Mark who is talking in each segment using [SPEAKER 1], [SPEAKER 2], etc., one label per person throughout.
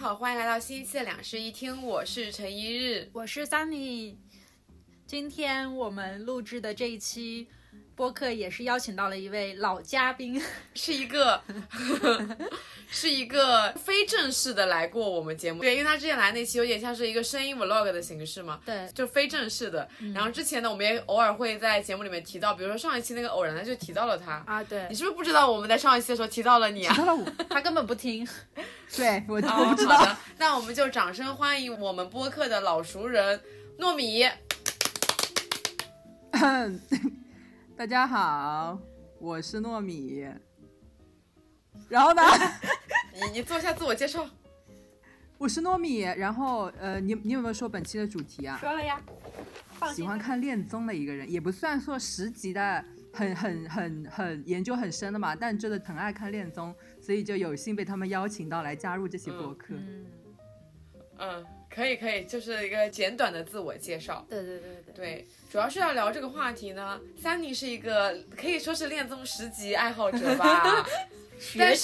[SPEAKER 1] 好，欢迎来到新一期的两室一厅，我是陈一日，
[SPEAKER 2] 我是 Sunny。今天我们录制的这一期播客也是邀请到了一位老嘉宾，
[SPEAKER 1] 是一个非正式的来过我们节目，对，因为他之前来那期有点像是一个声音 vlog 的形式嘛，
[SPEAKER 2] 对，
[SPEAKER 1] 就非正式的。然后之前呢，我们也偶尔会在节目里面提到，比如说上一期那个偶然的就提到了他
[SPEAKER 2] 啊，对，
[SPEAKER 1] 你是不是不知道我们在上一期的时候提到了你啊？
[SPEAKER 3] 提到了我，
[SPEAKER 2] 他根本不听。
[SPEAKER 3] 对我不知道。
[SPEAKER 1] 好的，那我们就掌声欢迎我们播客的老熟人糯米。
[SPEAKER 3] 大家好，我是糯米。然后呢？
[SPEAKER 1] 你做一下自我介绍。
[SPEAKER 3] 我是糯米。然后你有没有说本期的主题啊？
[SPEAKER 2] 说了呀。
[SPEAKER 3] 喜欢看恋综的一个人，也不算说10集的很研究很深的嘛，但真的很爱看恋综，所以就有幸被他们邀请到来加入这期播客。
[SPEAKER 1] 可以，就是一个简短的自我介绍。对，主要是要聊这个话题呢。Sunny 是一个可以说是恋综10集爱好者吧。
[SPEAKER 2] 学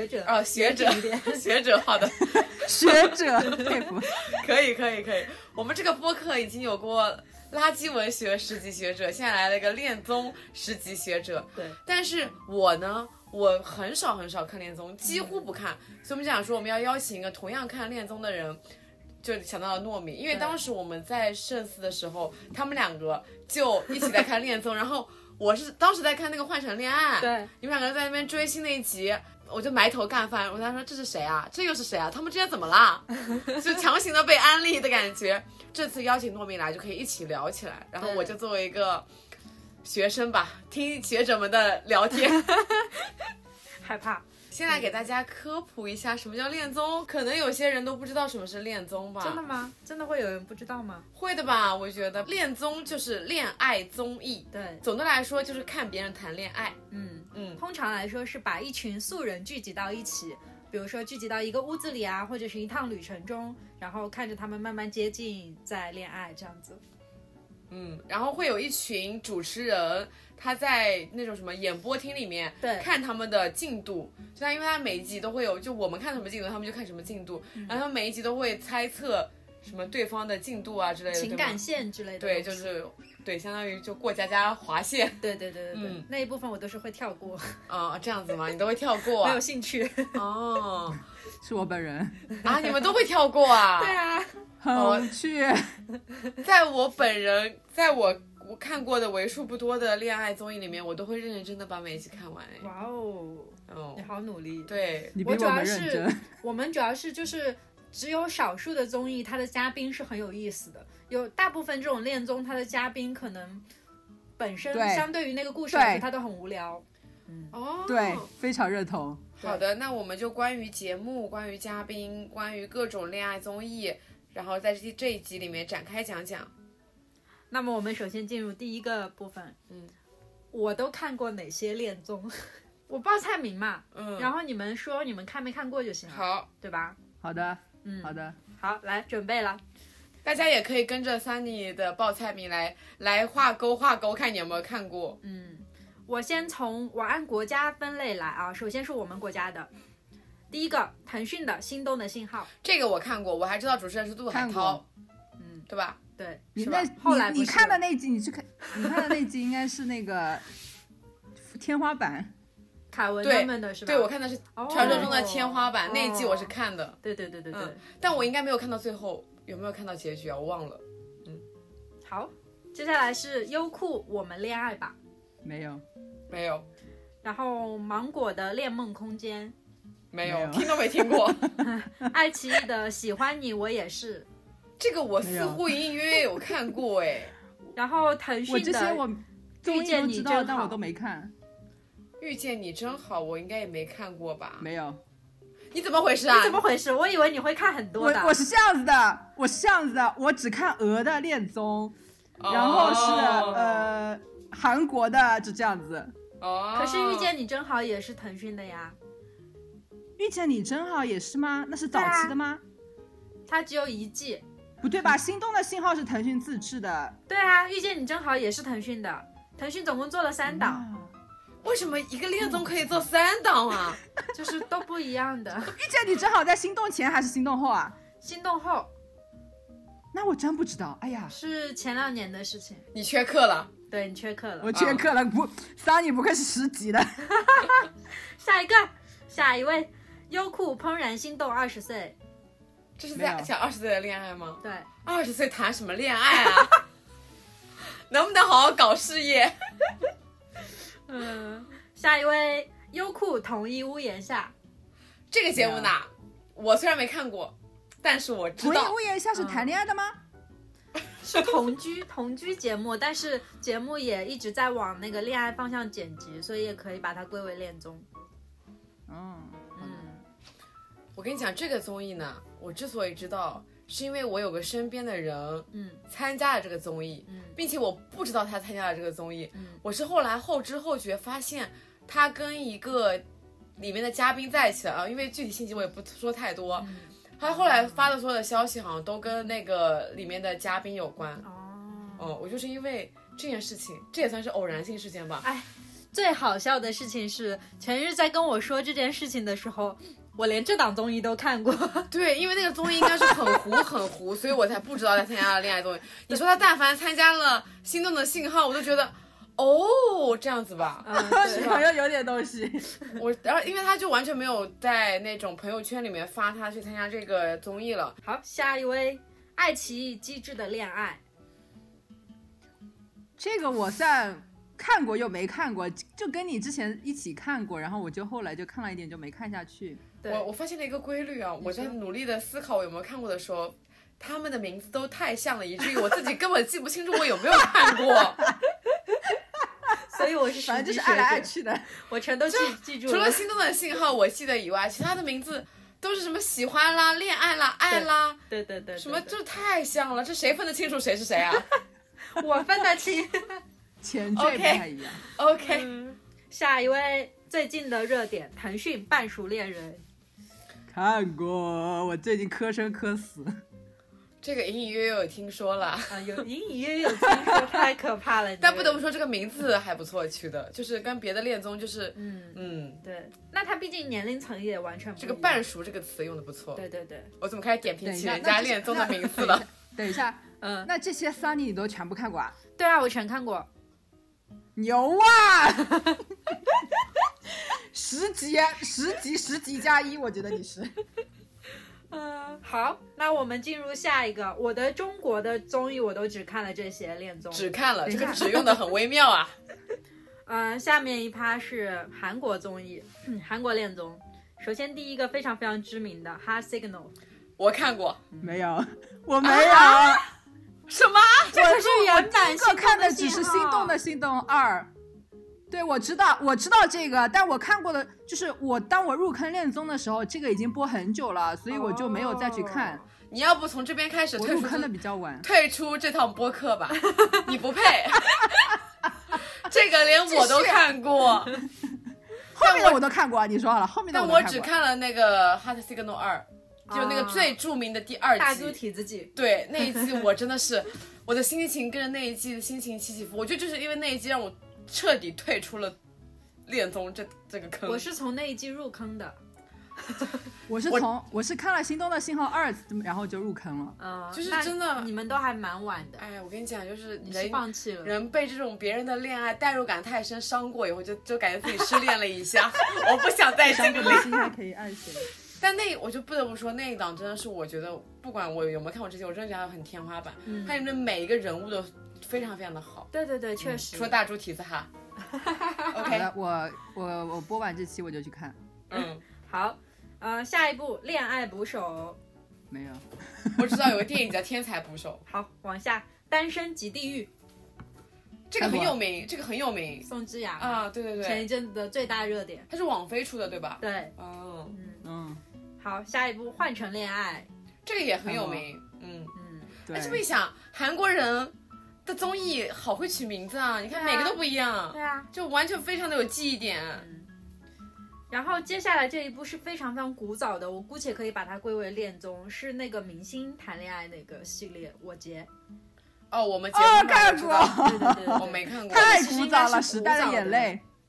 [SPEAKER 1] 者，好的，
[SPEAKER 3] 学者佩服。
[SPEAKER 1] 可以。我们这个播客已经有过垃圾文学10集学者，现在来了一个恋综10集学者。
[SPEAKER 2] 对，
[SPEAKER 1] 但是我呢，我很少看恋综，几乎不看。所以我们想说，我们要邀请一个同样看恋综的人。就想到了糯米，因为当时我们在圣寺的时候，他们两个就一起在看恋综，然后我是当时在看那个《换乘恋爱》，
[SPEAKER 2] 对，
[SPEAKER 1] 你们两个人在那边追星那一集，我就埋头干饭，我跟他说这是谁啊？这又是谁啊？他们之间怎么啦？就强行的被安利的感觉。这次邀请糯米来就可以一起聊起来，然后我就作为一个学生吧，听学者们的聊天，
[SPEAKER 2] 害怕。
[SPEAKER 1] 先来给大家科普一下什么叫恋综，可能有些人都不知道什么是恋综吧？
[SPEAKER 2] 真的吗？真的会有人不知道吗？
[SPEAKER 1] 会的吧，我觉得恋综就是恋爱综艺，
[SPEAKER 2] 对，
[SPEAKER 1] 总的来说就是看别人谈恋爱。
[SPEAKER 2] 通常来说是把一群素人聚集到一起，比如说聚集到一个屋子里啊，或者是一趟旅程中，然后看着他们慢慢接近，再恋爱这样子。
[SPEAKER 1] 然后会有一群主持人，他在那种什么演播厅里面看他们的进度，就他因为他每一集都会有，就我们看什么进度，他们就看什么进度，然后他们每一集都会猜测什么对方的进度啊之类的，
[SPEAKER 2] 情感线之类的。
[SPEAKER 1] 对，就是对，相当于就过家家划线。
[SPEAKER 2] 对，那一部分我都是会跳过。
[SPEAKER 1] 这样子吗？你都会跳过啊？
[SPEAKER 2] 没有兴趣。
[SPEAKER 3] 是我本人
[SPEAKER 1] 啊，你们都会跳过啊？
[SPEAKER 2] 对啊。
[SPEAKER 3] 很无趣。
[SPEAKER 1] 在我看过的为数不多的恋爱综艺里面，我都会认认真的把每一集看完。
[SPEAKER 2] 哇哦，你好努力。
[SPEAKER 1] 对，
[SPEAKER 3] 你比我们认真。
[SPEAKER 2] 我们主要是就是只有少数的综艺，它的嘉宾是很有意思的。有大部分这种恋综，它的嘉宾可能本身相对于那个故事来说，它都很无聊。
[SPEAKER 3] 对，非常认同。
[SPEAKER 1] 好的，那我们就关于节目、关于嘉宾、关于各种恋爱综艺，然后在这一集里面展开讲讲。
[SPEAKER 2] 那么我们首先进入第一个部分。我都看过哪些恋综？我报菜名嘛。然后你们说你们看没看过就行了。
[SPEAKER 1] 好，
[SPEAKER 2] 对吧？
[SPEAKER 3] 好的。好的。
[SPEAKER 2] 好，来准备了。
[SPEAKER 1] 大家也可以跟着 Sunny 的报菜名来画勾，看你有没有看过。
[SPEAKER 2] 我先我按国家分类来啊。首先是我们国家的。第一个，腾讯的《心动的信号》，
[SPEAKER 1] 这个我看过，我还知道主持人是杜海涛，对吧？
[SPEAKER 2] 对，
[SPEAKER 3] 是吧？
[SPEAKER 2] 后来
[SPEAKER 3] 你看的那集，你看的那集应该是那个天花板，
[SPEAKER 2] 凯文他们的是吧？
[SPEAKER 1] 对，我看的是传说中的天花板，那一季我是看的。
[SPEAKER 2] 对。
[SPEAKER 1] 但我应该没有看到最后，有没有看到结局啊？我忘了。
[SPEAKER 2] 好，接下来是优酷《我们恋爱吧》，
[SPEAKER 3] 没有。
[SPEAKER 2] 然后芒果的《恋梦空间》。
[SPEAKER 1] 没有，听都没听过。
[SPEAKER 2] 爱奇艺的《喜欢你我也是》，
[SPEAKER 1] 这个我似乎隐隐约约有看过哎。
[SPEAKER 2] 然后腾讯的《
[SPEAKER 3] 这些我
[SPEAKER 2] 遇见你真好》，
[SPEAKER 3] 但我都没看。
[SPEAKER 1] 遇见你真好，我应该也没看过吧？
[SPEAKER 3] 没有。
[SPEAKER 1] 你怎么回事啊？
[SPEAKER 2] 你怎么回事？我以为你会看很多的。
[SPEAKER 3] 我是这样子的，我只看俄的恋综，然后是韩国的，就这样子。
[SPEAKER 2] 可是遇见你真好也是腾讯的呀。
[SPEAKER 3] 遇见你真好也是吗？那是早期的吗？
[SPEAKER 2] 它只有1季。
[SPEAKER 3] 不对吧？心动的信号是腾讯自制的。
[SPEAKER 2] 对啊，遇见你真好也是腾讯的。腾讯总共做了3档。
[SPEAKER 1] 为什么一个恋综可以做3档啊？
[SPEAKER 2] 就是都不一样的。
[SPEAKER 3] 玉姐，你正好在心动前还是心动后啊？
[SPEAKER 2] 心动后。
[SPEAKER 3] 那我真不知道，哎呀，
[SPEAKER 2] 是前2年的事情。
[SPEAKER 1] 你缺课了。
[SPEAKER 2] 对，你缺课了。
[SPEAKER 3] 我缺课了，不，Sunny 不愧是10级的。
[SPEAKER 2] 下一位，优酷怦然心动20岁。
[SPEAKER 1] 这是在讲20岁的恋爱吗？
[SPEAKER 2] 对。
[SPEAKER 1] 20岁谈什么恋爱啊？能不能好好搞事业？
[SPEAKER 2] 下一位，优酷同一屋檐下。
[SPEAKER 1] 这个节目呢，我虽然没看过，但是我知道。
[SPEAKER 3] 同一屋檐下是谈恋爱的吗？
[SPEAKER 2] 是同居节目，但是节目也一直在往那个恋爱方向剪辑，所以也可以把它归为恋综。
[SPEAKER 1] 我跟你讲，这个综艺呢，我之所以知道，是因为我有个身边的人，参加了这个综艺，并且我不知道他参加了这个综艺，我是后来后知后觉发现他跟一个里面的嘉宾在一起了啊，因为具体信息我也不说太多。他后来发的所有的消息好像都跟那个里面的嘉宾有关。我就是因为这件事情，这也算是偶然性事件吧。
[SPEAKER 2] 哎，最好笑的事情是，全日在跟我说这件事情的时候，我连这档综艺都看过。
[SPEAKER 1] 对，因为那个综艺应该是很糊，所以我才不知道他参加了恋爱综艺。你说他但凡参加了《心动的信号》，我都觉得这样子吧，
[SPEAKER 3] 好像有点东西。
[SPEAKER 1] 然后因为他就完全没有在那种朋友圈里面发他去参加这个综艺了。
[SPEAKER 2] 好，下一位，爱奇艺机智的恋爱。
[SPEAKER 3] 这个我算看过又没看过，就跟你之前一起看过，然后我就后来就看了一点就没看下去。
[SPEAKER 1] 我发现了一个规律啊，我在努力的思考我有没有看过的时候，他们的名字都太像了，以至于我自己根本记不清楚我有没有看过。
[SPEAKER 2] 所以我是
[SPEAKER 3] 反正就是爱来爱去的，
[SPEAKER 2] 我全都记住了。
[SPEAKER 1] 除了心动的信号我记得以外，其他的名字都是什么喜欢啦、恋爱啦、爱啦，
[SPEAKER 2] 对，
[SPEAKER 1] 什么就太像了，这谁分得清楚谁是谁啊？
[SPEAKER 2] 我分得清，
[SPEAKER 3] 前缀不太一样。
[SPEAKER 1] OK，
[SPEAKER 2] 下一位，最近的热点，腾讯半熟恋人。
[SPEAKER 3] 看过，我最近磕生磕死。
[SPEAKER 1] 这个隐隐约约有听说了啊，
[SPEAKER 2] 隐隐约约有听说，太可怕了。
[SPEAKER 1] 但不得不说，这个名字还不错取的，就是跟别的恋综就是
[SPEAKER 2] 对。那他毕竟年龄层也完全不一样。
[SPEAKER 1] 这个半熟这个词用的不错。
[SPEAKER 2] 对，
[SPEAKER 1] 我怎么开始点评起人家恋综的名字了？
[SPEAKER 3] 等一下，那这些Sunny你都全部看过啊？
[SPEAKER 2] 对啊，我全看过。
[SPEAKER 3] 牛啊！10集加1，我觉得你是。
[SPEAKER 2] 好，那我们进入下一个。我的中国的综艺我都只看了这些恋综，
[SPEAKER 1] 只看了，这个只用的很微妙啊。
[SPEAKER 2] 下面一趴是韩国综艺，韩国恋综。首先第一个非常非常知名的《Heart Signal》，
[SPEAKER 1] 我看过。
[SPEAKER 3] 没有，我没有。
[SPEAKER 1] 什么？
[SPEAKER 2] 这个是原版。
[SPEAKER 3] 第一个看的只是心动的心动2。对，我知道这个，但我看过的就是当我入坑恋综的时候，这个已经播很久了，所以我就没有再去看。
[SPEAKER 1] 你要不从这边开始
[SPEAKER 3] 退出，我入坑的比较晚，
[SPEAKER 1] 退出这趟播客吧，你不配。这个连我都看过，
[SPEAKER 3] 后面的我都看过。你说好了，后面的
[SPEAKER 1] 但我只看了那个《Heart Signal 2》，就那个最著名的第2季。
[SPEAKER 2] 大猪蹄子记。
[SPEAKER 1] 对，那一季我真的是我的心情跟着那一季的心情起起伏。我觉得就是因为那一季让我彻底退出了恋综这个坑。
[SPEAKER 2] 我是从那一季入坑的。
[SPEAKER 3] 我是看了《心动的信号2》，然后就入坑了。
[SPEAKER 1] 就是真的，
[SPEAKER 2] 你们都还蛮晚的。
[SPEAKER 1] 哎，我跟你讲，就是
[SPEAKER 2] 你是放弃了。
[SPEAKER 1] 人被这种别人的恋爱代入感太深伤过以后，就感觉自己失恋了一下。我不想再经历。
[SPEAKER 3] 心还可以爱谁？
[SPEAKER 1] 但我就不得不说，那一档真的是我觉得，不管我有没有看过这些，我真的觉得很天花板。它里面每一个人物都非常非常的好。
[SPEAKER 2] 对，确实。
[SPEAKER 1] 除了大猪蹄子哈。OK，
[SPEAKER 3] 我播完这期我就去看。
[SPEAKER 2] 好。下一部《恋爱捕手》
[SPEAKER 3] 没有，
[SPEAKER 1] 我知道有个电影叫《天才捕手》。
[SPEAKER 2] 好，往下，《单身即地狱》，
[SPEAKER 1] 这个很有名，
[SPEAKER 2] 宋智雅
[SPEAKER 1] 啊，对，
[SPEAKER 2] 前一阵子的最大热点，
[SPEAKER 1] 它是网飞出的对吧？
[SPEAKER 2] 对，好，下一部《换乘恋爱》，
[SPEAKER 1] 这个也很有名，
[SPEAKER 3] 对。
[SPEAKER 1] 这么一想，韩国人的综艺好会取名字啊！你看每个都不一样，
[SPEAKER 2] 对啊，
[SPEAKER 1] 就完全非常的有记忆点。
[SPEAKER 2] 然后接下来这一部是非常非常古早的，我姑且可以把它归为恋综，是那个明星谈恋爱那个系列《我结》。
[SPEAKER 1] 我们结婚
[SPEAKER 3] 看过，
[SPEAKER 2] 对，
[SPEAKER 1] 我没看过，
[SPEAKER 3] 太古早了，《时代的眼泪》。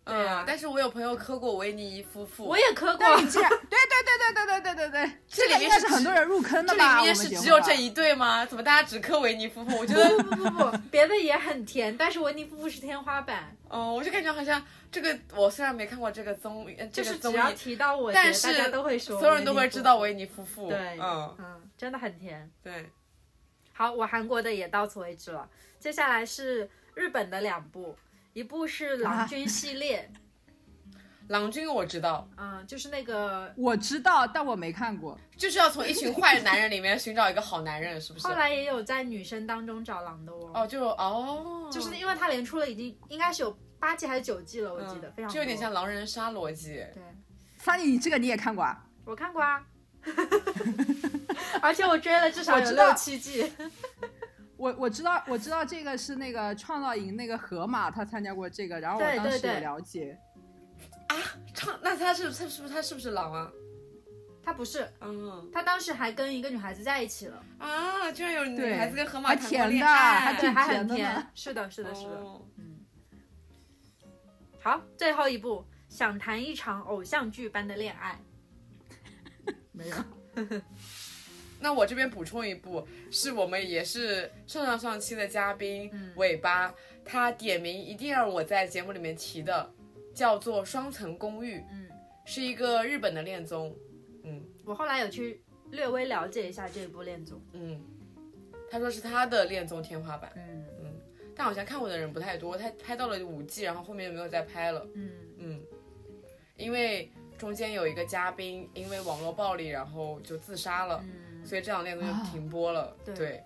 [SPEAKER 2] 对啊，
[SPEAKER 1] 但是我有朋友磕过维尼夫妇，
[SPEAKER 2] 我也磕过。
[SPEAKER 3] 你既然对，
[SPEAKER 1] 这里面
[SPEAKER 3] 应该是很多人入坑的吧？
[SPEAKER 1] 这里面是只有这一对吗？怎么大家只磕维尼夫妇？我觉得
[SPEAKER 2] 不，别的也很甜，但是维尼夫妇是天花板。
[SPEAKER 1] 我就感觉好像这个，我虽然没看过这个综艺，
[SPEAKER 2] 就是只要提到我，
[SPEAKER 1] 但是
[SPEAKER 2] 大家都会说，
[SPEAKER 1] 所有人都会知道维尼夫妇。
[SPEAKER 2] 对，真的很甜。
[SPEAKER 1] 对，
[SPEAKER 2] 好，我韩国的也到此为止了。接下来是日本的2部，一部是《郎君》系列。
[SPEAKER 1] 郎君我知道，
[SPEAKER 2] 就是那个
[SPEAKER 3] 我知道，但我没看过。
[SPEAKER 1] 就是要从一群坏男人里面寻找一个好男人，是不是？
[SPEAKER 2] 后来也有在女生当中找狼的哦。
[SPEAKER 1] 就是
[SPEAKER 2] 因为他连出了已经应该是有8季还是9季了，我记得非常多。
[SPEAKER 1] 就有点像狼人杀逻辑。
[SPEAKER 2] 对
[SPEAKER 3] ，Sunny，这个你也看过啊？
[SPEAKER 2] 我看过啊，而且我追了至少有6、7季。
[SPEAKER 3] 我知道这个是那个创造营那个河马他参加过这个，然后我当时有了解。
[SPEAKER 1] 那他是不是狼啊？
[SPEAKER 2] 他不是，他当时还跟一个女孩子在一起了
[SPEAKER 1] 啊！居然有女孩子跟河马谈
[SPEAKER 3] 过
[SPEAKER 1] 恋爱，
[SPEAKER 2] 还很甜。是的。好，最后一部，想谈一场偶像剧般的恋爱。
[SPEAKER 3] 没有。
[SPEAKER 1] 那我这边补充一部，是我们也是上期的嘉宾尾巴，他点名一定让我在节目里面提的，叫做《双层公寓》，是一个日本的恋综。
[SPEAKER 2] 我后来有去略微了解一下这一部恋综。
[SPEAKER 1] 他说是他的恋综天花板。但好像看过的人不太多，他拍到了5季，然后后面就没有再拍了。因为中间有一个嘉宾因为网络暴力然后就自杀了，所以这档恋综就停播了。对，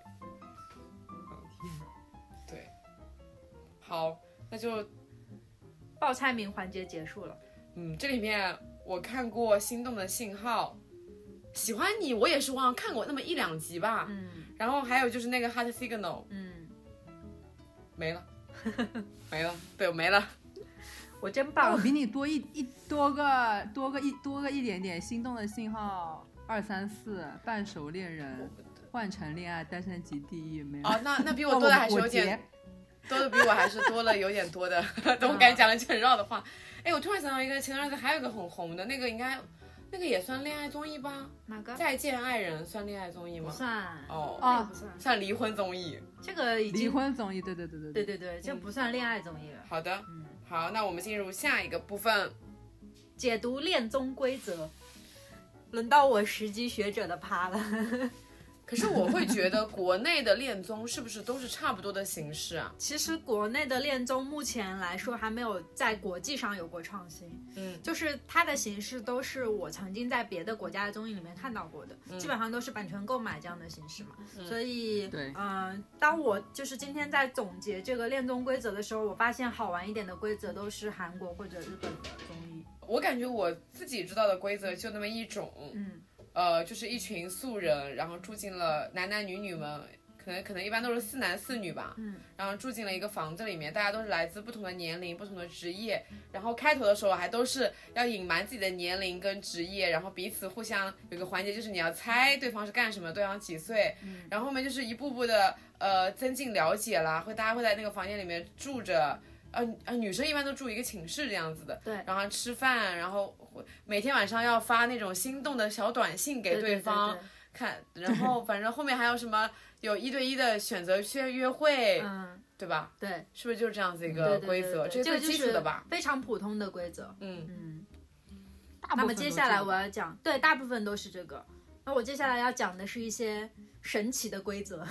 [SPEAKER 1] 好，那就
[SPEAKER 2] 报菜名环节结束了。
[SPEAKER 1] 这里面我看过《心动的信号》，喜欢你我也是忘了看过那么1、2集吧。然后还有就是那个 Heart Signal。没了对，没了。
[SPEAKER 2] 我真棒，
[SPEAKER 3] 我比你多个一点点。心动的信号2、3、4，半熟恋人，换乘恋爱，单身级第1，没了。
[SPEAKER 1] 那比我多的还是有点多的，比我还是多了有点多的。等我感觉讲了句很绕的话。我突然想到一个，前段时间还有一个很红的那个，应该那个也算恋爱综艺吧？
[SPEAKER 2] 哪个？
[SPEAKER 1] 再见爱人算恋爱综艺吗？
[SPEAKER 2] 不算。
[SPEAKER 1] 不算，算离婚综艺。
[SPEAKER 2] 这个已经
[SPEAKER 3] 离婚综艺，对，
[SPEAKER 2] 这不算恋爱综艺了。
[SPEAKER 1] 好的，好，那我们进入下一个部分，
[SPEAKER 2] 解读恋综规则。轮到我实机学者的趴了。
[SPEAKER 1] 可是我会觉得国内的恋综是不是都是差不多的形式啊？
[SPEAKER 2] 其实国内的恋综目前来说还没有在国际上有过创新，就是它的形式都是我曾经在别的国家的综艺里面看到过的，基本上都是版权购买这样的形式嘛。所以，当我就是今天在总结这个恋综规则的时候，我发现好玩一点的规则都是韩国或者日本的综艺。
[SPEAKER 1] 我感觉我自己知道的规则就那么一种，就是一群素人，然后住进了男女们，可能一般都是4男4女吧，然后住进了一个房子里面，大家都是来自不同的年龄、不同的职业，然后开头的时候还都是要隐瞒自己的年龄跟职业，然后彼此互相有个环节就是你要猜对方是干什么，对方几岁，然后后面就是一步步的增进了解啦，大家会在那个房间里面住着。女生一般都住一个寝室这样子的，
[SPEAKER 2] 对，
[SPEAKER 1] 然后吃饭，然后每天晚上要发那种心动的小短信给对方看，然后反正后面还有什么有1对1的选择约会，对吧？
[SPEAKER 2] 对，
[SPEAKER 1] 是不是就是这样子一个规则？这是最基础的吧？
[SPEAKER 2] 非常普通的规则。那么接下来我要讲，对，大部分都是这个。那我接下来要讲的是一些神奇的规则。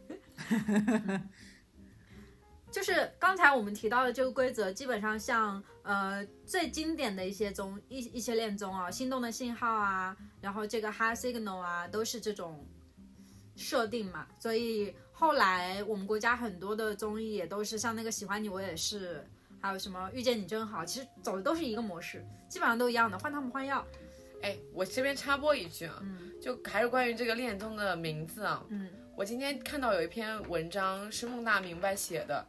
[SPEAKER 2] 就是刚才我们提到的这个规则，基本上像最经典的一些恋综啊，心动的信号啊，然后这个 Heart Signal 啊，都是这种设定嘛。所以后来我们国家很多的综艺也都是像那个喜欢你我也是，还有什么遇见你真好，其实走的都是一个模式，基本上都一样的，换汤不换药。
[SPEAKER 1] 我这边插播一句啊，就还是关于这个恋综的名字啊。我今天看到有一篇文章是孟大明白写的，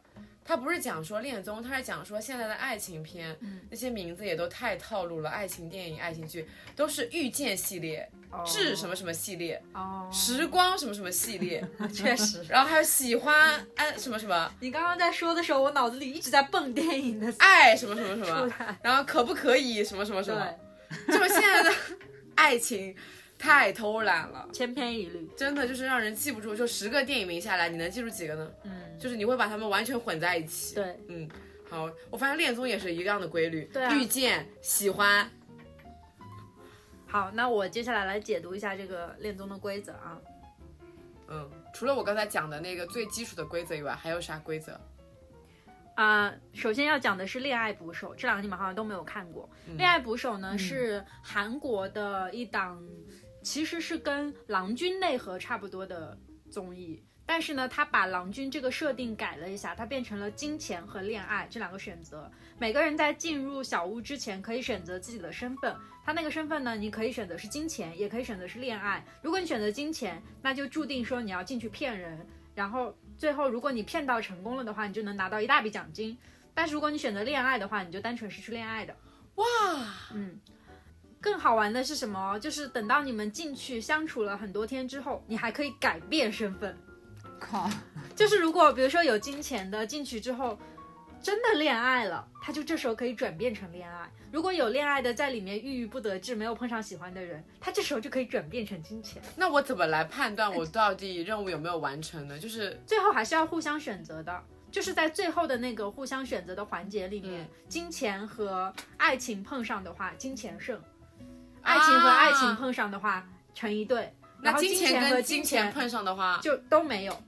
[SPEAKER 1] 他不是讲说恋综，他是讲说现在的爱情片，那些名字也都太套路了，爱情电影、爱情剧都是遇见系列、致什么什么系列、时光什么什么系列，
[SPEAKER 2] 确实。
[SPEAKER 1] 然后还有喜欢什么什么，
[SPEAKER 2] 你刚刚在说的时候，我脑子里一直在蹦电影的
[SPEAKER 1] 爱什么什么什么，然后可不可以什么什么什么，就是现在的爱情太偷懒了，
[SPEAKER 2] 千篇一律，
[SPEAKER 1] 真的就是让人记不住。就10个电影名下来，你能记住几个呢？就是你会把它们完全混在一起。
[SPEAKER 2] 对，
[SPEAKER 1] 好，我发现恋综也是一样的规律。
[SPEAKER 2] 对啊，
[SPEAKER 1] 遇见、喜欢。
[SPEAKER 2] 好，那我接下来解读一下这个恋综的规则啊。
[SPEAKER 1] 除了我刚才讲的那个最基础的规则以外，还有啥规则？
[SPEAKER 2] 首先要讲的是恋爱捕手，这两个你们好像都没有看过。恋爱捕手呢，是韩国的一档，其实是跟郎君内核差不多的综艺，但是呢，他把郎君这个设定改了一下，它变成了金钱和恋爱这两个选择。每个人在进入小屋之前可以选择自己的身份，他那个身份呢，你可以选择是金钱，也可以选择是恋爱。如果你选择金钱，那就注定说你要进去骗人，然后最后如果你骗到成功了的话，你就能拿到一大笔奖金。但是如果你选择恋爱的话，你就单纯是去恋爱的。
[SPEAKER 1] 哇，
[SPEAKER 2] 更好玩的是什么？就是等到你们进去相处了很多天之后，你还可以改变身份。
[SPEAKER 3] 靠，
[SPEAKER 2] 就是如果比如说有金钱的进去之后真的恋爱了，他就这时候可以转变成恋爱。如果有恋爱的在里面郁郁不得志，没有碰上喜欢的人，他这时候就可以转变成金钱。
[SPEAKER 1] 那我怎么来判断我到底任务有没有完成呢？就是
[SPEAKER 2] 最后还是要互相选择的，就是在最后的那个互相选择的环节里面，金钱和爱情碰上的话，金钱胜；爱情和爱情碰上的话，成一对。
[SPEAKER 1] 那
[SPEAKER 2] 然后金
[SPEAKER 1] 钱
[SPEAKER 2] 和
[SPEAKER 1] 金钱碰上的话，
[SPEAKER 2] 就都没有。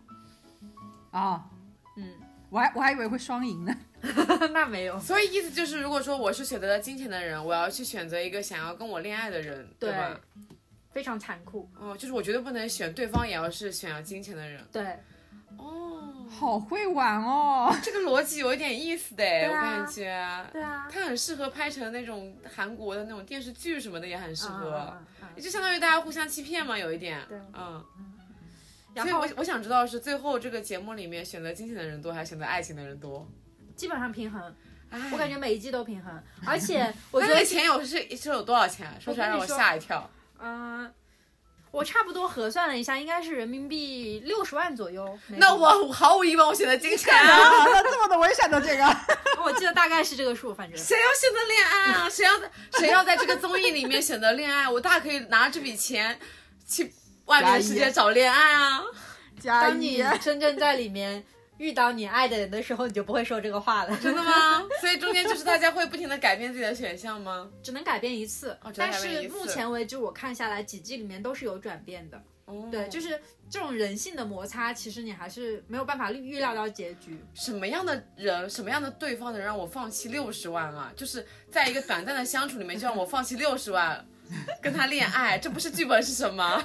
[SPEAKER 3] 我还以为会双赢呢。
[SPEAKER 2] 那没有。
[SPEAKER 1] 所以意思就是，如果说我是选择了金钱的人，我要去选择一个想要跟我恋爱的人，对吧？
[SPEAKER 2] 非常残酷。
[SPEAKER 1] 就是我绝对不能选对方也要是想要金钱的人。
[SPEAKER 2] 对。
[SPEAKER 3] 好会玩哦，
[SPEAKER 1] 这个逻辑有一点意思的，我感觉。
[SPEAKER 2] 对啊。
[SPEAKER 1] 它很适合拍成那种韩国的那种电视剧什么的，也很适合。也就相当于大家互相欺骗嘛，有一点。
[SPEAKER 2] 对。
[SPEAKER 1] 所以我想知道是最后这个节目里面选择金钱的人多，还是选择爱情的人多？
[SPEAKER 2] 基本上平衡。我感觉每一季都平衡，而且我觉得
[SPEAKER 1] 钱是有多少钱？说出来让我吓一跳。
[SPEAKER 2] 我差不多核算了一下，应该是人民币60万左右。
[SPEAKER 1] 那我毫无疑问，我选择金钱
[SPEAKER 3] 啊！那这么的我也选择这个。
[SPEAKER 2] 我记得大概是这个数，反正。
[SPEAKER 1] 谁要选择恋爱啊？谁要在这个综艺里面选择恋爱？我大可以拿这笔钱去外面的世界找恋爱啊！
[SPEAKER 2] 当你真正在里面遇到你爱的人的时候，你就不会说这个话了。
[SPEAKER 1] 真的吗？所以中间就是大家会不停的改变自己的选项吗？
[SPEAKER 2] 只能改变一次。但是目前为止我看下来几季里面都是有转变的。对，就是这种人性的摩擦，其实你还是没有办法预料到结局。
[SPEAKER 1] 什么样的人，什么样的对方能让我放弃60万啊？就是在一个短暂的相处里面就让我放弃60万跟他恋爱，这不是剧本是什么？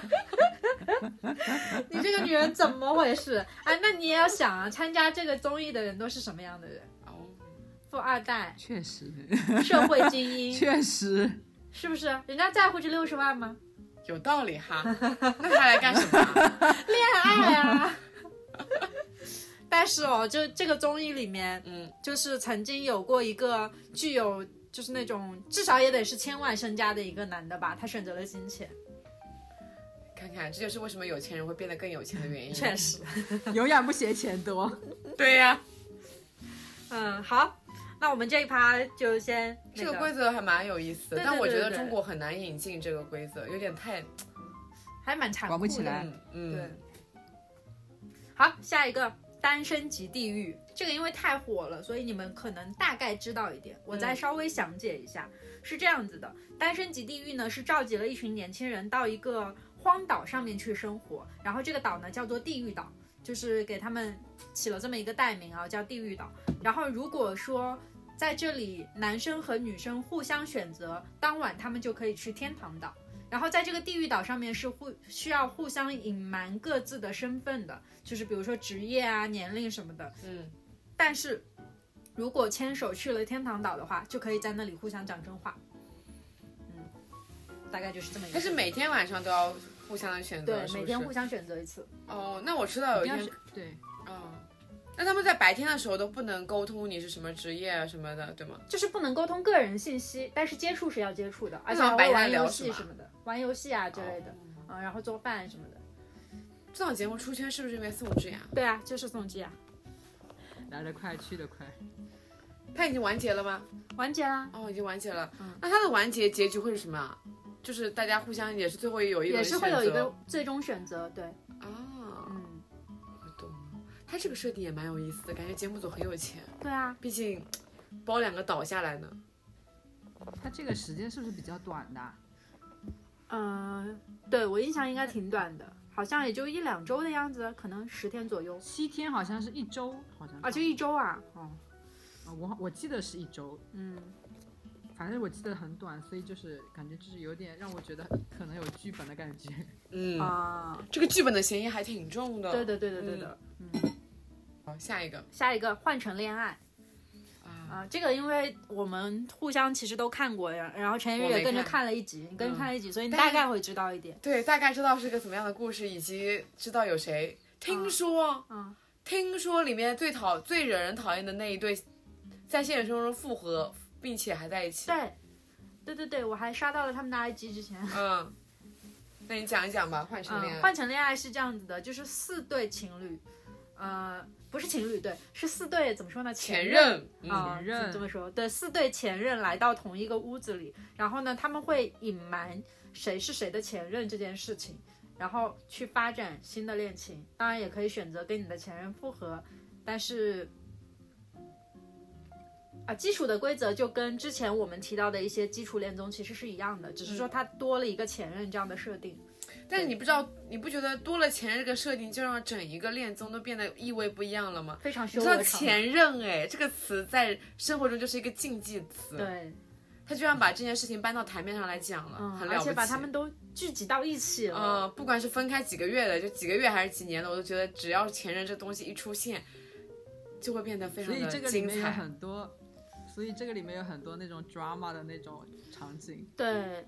[SPEAKER 2] 你这个女人怎么回事？那你也要想啊，参加这个综艺的人都是什么样的人？富二代，
[SPEAKER 3] 确实，
[SPEAKER 2] 社会精英，
[SPEAKER 3] 确实，
[SPEAKER 2] 是不是？人家在乎这60万吗？
[SPEAKER 1] 有道理哈。那他来干什么？
[SPEAKER 2] 恋爱啊。但是就这个综艺里面，就是曾经有过一个具有就是那种至少也得是1000万身家的一个男的吧，他选择了金钱。
[SPEAKER 1] 看看，这就是为什么有钱人会变得更有钱的原因。
[SPEAKER 2] 确实，
[SPEAKER 3] 永远不嫌钱多。
[SPEAKER 1] 对呀。
[SPEAKER 2] 好，那我们这一趴就先、
[SPEAKER 1] 这个规则还蛮有意思的，但我觉得中国很难引进这个规则，有点太，
[SPEAKER 2] 还蛮残酷的。
[SPEAKER 3] 玩不起来。
[SPEAKER 2] 对。好，下一个单身即地狱，这个因为太火了，所以你们可能大概知道一点，我再稍微详解一下。是这样子的，单身即地狱呢是召集了一群年轻人到一个荒岛上面去生活，然后这个岛呢叫做地狱岛，就是给他们起了这么一个代名啊，叫地狱岛。然后如果说在这里男生和女生互相选择，当晚他们就可以去天堂岛。然后在这个地狱岛上面是需要互相隐瞒各自的身份的，就是比如说职业啊、年龄什么的。但是如果牵手去了天堂岛的话，就可以在那里互相讲真话。大概就是这么一个。
[SPEAKER 1] 但是每天晚上都要互相的选择，
[SPEAKER 2] 对，每天互相选择一次。
[SPEAKER 1] 那我知道有一天，
[SPEAKER 3] 对，
[SPEAKER 1] 那他们在白天的时候都不能沟通你是什么职业啊什么的，对吗？
[SPEAKER 2] 就是不能沟通个人信息，但是接触是要接触的，而且还
[SPEAKER 1] 白天
[SPEAKER 2] 会玩游
[SPEAKER 1] 聊什么
[SPEAKER 2] 戏什么的，玩游戏啊之类的，然后做饭什么的。
[SPEAKER 1] 这档节目出圈是不是因为宋智雅？
[SPEAKER 2] 对啊，就是宋智雅。
[SPEAKER 3] 来得快去得快。
[SPEAKER 1] 他已经完结了吗？
[SPEAKER 2] 完结啦。
[SPEAKER 1] 哦，已经完结了。那他的完结结局会是什么啊？就是大家互相也是最后有一个
[SPEAKER 2] 也是会有一个最终选择，对。
[SPEAKER 1] 我懂了。他这个设定也蛮有意思的，感觉节目组很有钱。
[SPEAKER 2] 对啊，
[SPEAKER 1] 毕竟包2个岛下来呢。
[SPEAKER 3] 他这个时间是不是比较短的？
[SPEAKER 2] 对我印象应该挺短的，好像也就1、2周的样子，可能10天左右。
[SPEAKER 3] 7天好像是1周，好像
[SPEAKER 2] 啊，就1周啊。
[SPEAKER 3] 我记得是1周。反正我记得很短，所以就是感觉就是有点让我觉得可能有剧本的感觉。
[SPEAKER 1] 这个剧本的嫌疑还挺重的。
[SPEAKER 2] 对的。
[SPEAKER 1] 好，下一
[SPEAKER 2] 个换乘恋爱。这个因为我们互相其实都看过呀，然后陈宇也跟着看了一集，你跟着看了一集，所以你大概会知道一点。
[SPEAKER 1] 对，大概知道是个怎么样的故事，以及知道有谁。听说里面最惹人讨厌的那一对，在现实生活中复合，并且还在一起。
[SPEAKER 2] 对，我还刷到了他们的 IG 之前。
[SPEAKER 1] 那你讲一讲吧，换乘恋爱。
[SPEAKER 2] 换乘恋爱是这样子的，就是4对情侣，不是情侣，对，是4对怎么说呢？前任这么说，对，4对前任来到同一个屋子里，然后呢，他们会隐瞒谁是谁的前任这件事情，然后去发展新的恋情。当然也可以选择跟你的前任复合，但是基础的规则就跟之前我们提到的一些基础恋综其实是一样的，只是说它多了一个前任这样的设定。
[SPEAKER 1] 但是你不觉得多了前任这个设定，就让整一个恋综都变得意味不一样了吗？
[SPEAKER 2] 非常修
[SPEAKER 1] 你知道前任这个词在生活中就是一个禁忌词。
[SPEAKER 2] 对，
[SPEAKER 1] 他居然把这件事情搬到台面上来讲了，很了不起。
[SPEAKER 2] 而且把他们都聚集到一起了。
[SPEAKER 1] 不管是分开几个月的，就几个月还是几年的，我都觉得只要前任这东西一出现，就会变得非常的精彩。
[SPEAKER 3] 所以这个里面有很多那种 drama 的那种场景。
[SPEAKER 2] 对，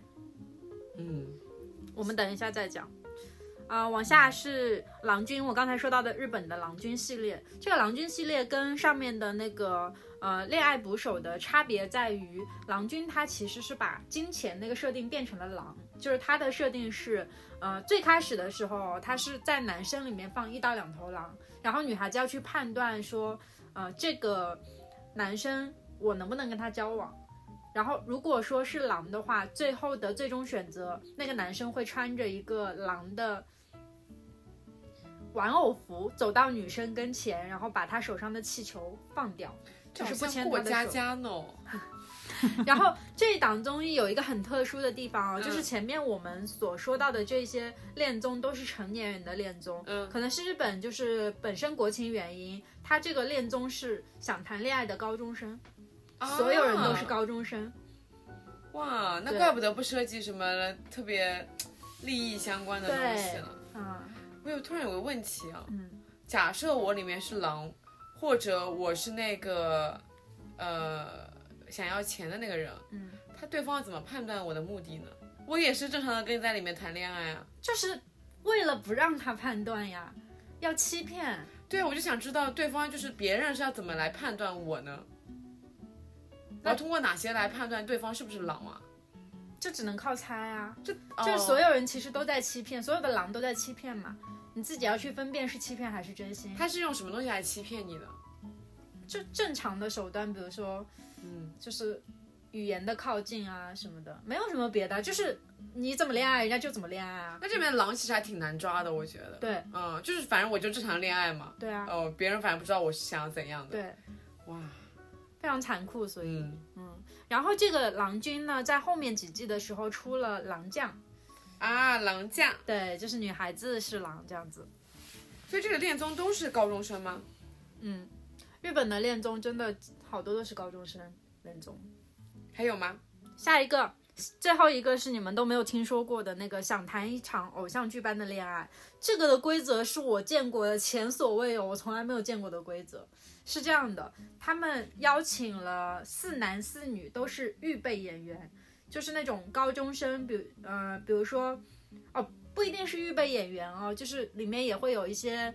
[SPEAKER 2] 我们等一下再讲。往下是郎君，我刚才说到的日本的郎君系列。这个郎君系列跟上面的那个恋爱捕手的差别在于，郎君他其实是把金钱那个设定变成了狼，就是他的设定是最开始的时候他是在男生里面放1到2头狼，然后女孩子要去判断说这个男生我能不能跟他交往。然后如果说是狼的话，最后的最终选择，那个男生会穿着一个狼的玩偶服走到女生跟前，然后把她手上的气球放掉，就是不牵她的手。
[SPEAKER 1] 过家呢。
[SPEAKER 2] 然后这一档综艺有一个很特殊的地方就是前面我们所说到的这些恋综都是成年人的恋综，可能是日本就是本身国情原因，他这个恋综是想谈恋爱的高中生。所有人都是高中生。
[SPEAKER 1] 哇，那怪不得不涉及什么特别利益相关的东西了。我突然有个问题假设我里面是狼，或者我是那个想要钱的那个人，他对方要怎么判断我的目的呢？我也是正常的跟你在里面谈恋爱啊，
[SPEAKER 2] 就是为了不让他判断呀，要欺骗。
[SPEAKER 1] 对啊，我就想知道对方就是别人是要怎么来判断我呢？我要通过哪些来判断对方是不是狼啊？
[SPEAKER 2] 就只能靠猜啊，就是所有人其实都在欺骗，所有的狼都在欺骗嘛，你自己要去分辨是欺骗还是真心。
[SPEAKER 1] 他是用什么东西来欺骗你的？
[SPEAKER 2] 就正常的手段，比如说就是语言的靠近啊什么的，没有什么别的，就是你怎么恋爱人家就怎么恋爱啊。
[SPEAKER 1] 那这边狼其实还挺难抓的，我觉得。
[SPEAKER 2] 对，
[SPEAKER 1] 就是反正我就正常恋爱嘛。
[SPEAKER 2] 对啊。
[SPEAKER 1] 别人反正不知道我是想要怎样的。
[SPEAKER 2] 对。
[SPEAKER 1] 哇，
[SPEAKER 2] 非常残酷，所以然后这个郎君呢，在后面几季的时候出了狼将
[SPEAKER 1] 狼将，
[SPEAKER 2] 对，就是女孩子是狼这样子。
[SPEAKER 1] 所以这个恋综都是高中生吗？
[SPEAKER 2] 日本的恋综真的好多都是高中生恋综。
[SPEAKER 1] 还有吗？
[SPEAKER 2] 下一个，最后一个是你们都没有听说过的那个想谈一场偶像剧般的恋爱。这个的规则是我见过的前所未有，我从来没有见过的规则。是这样的，他们邀请了4男4女，都是预备演员，就是那种高中生，比如说不一定是预备演员就是里面也会有一些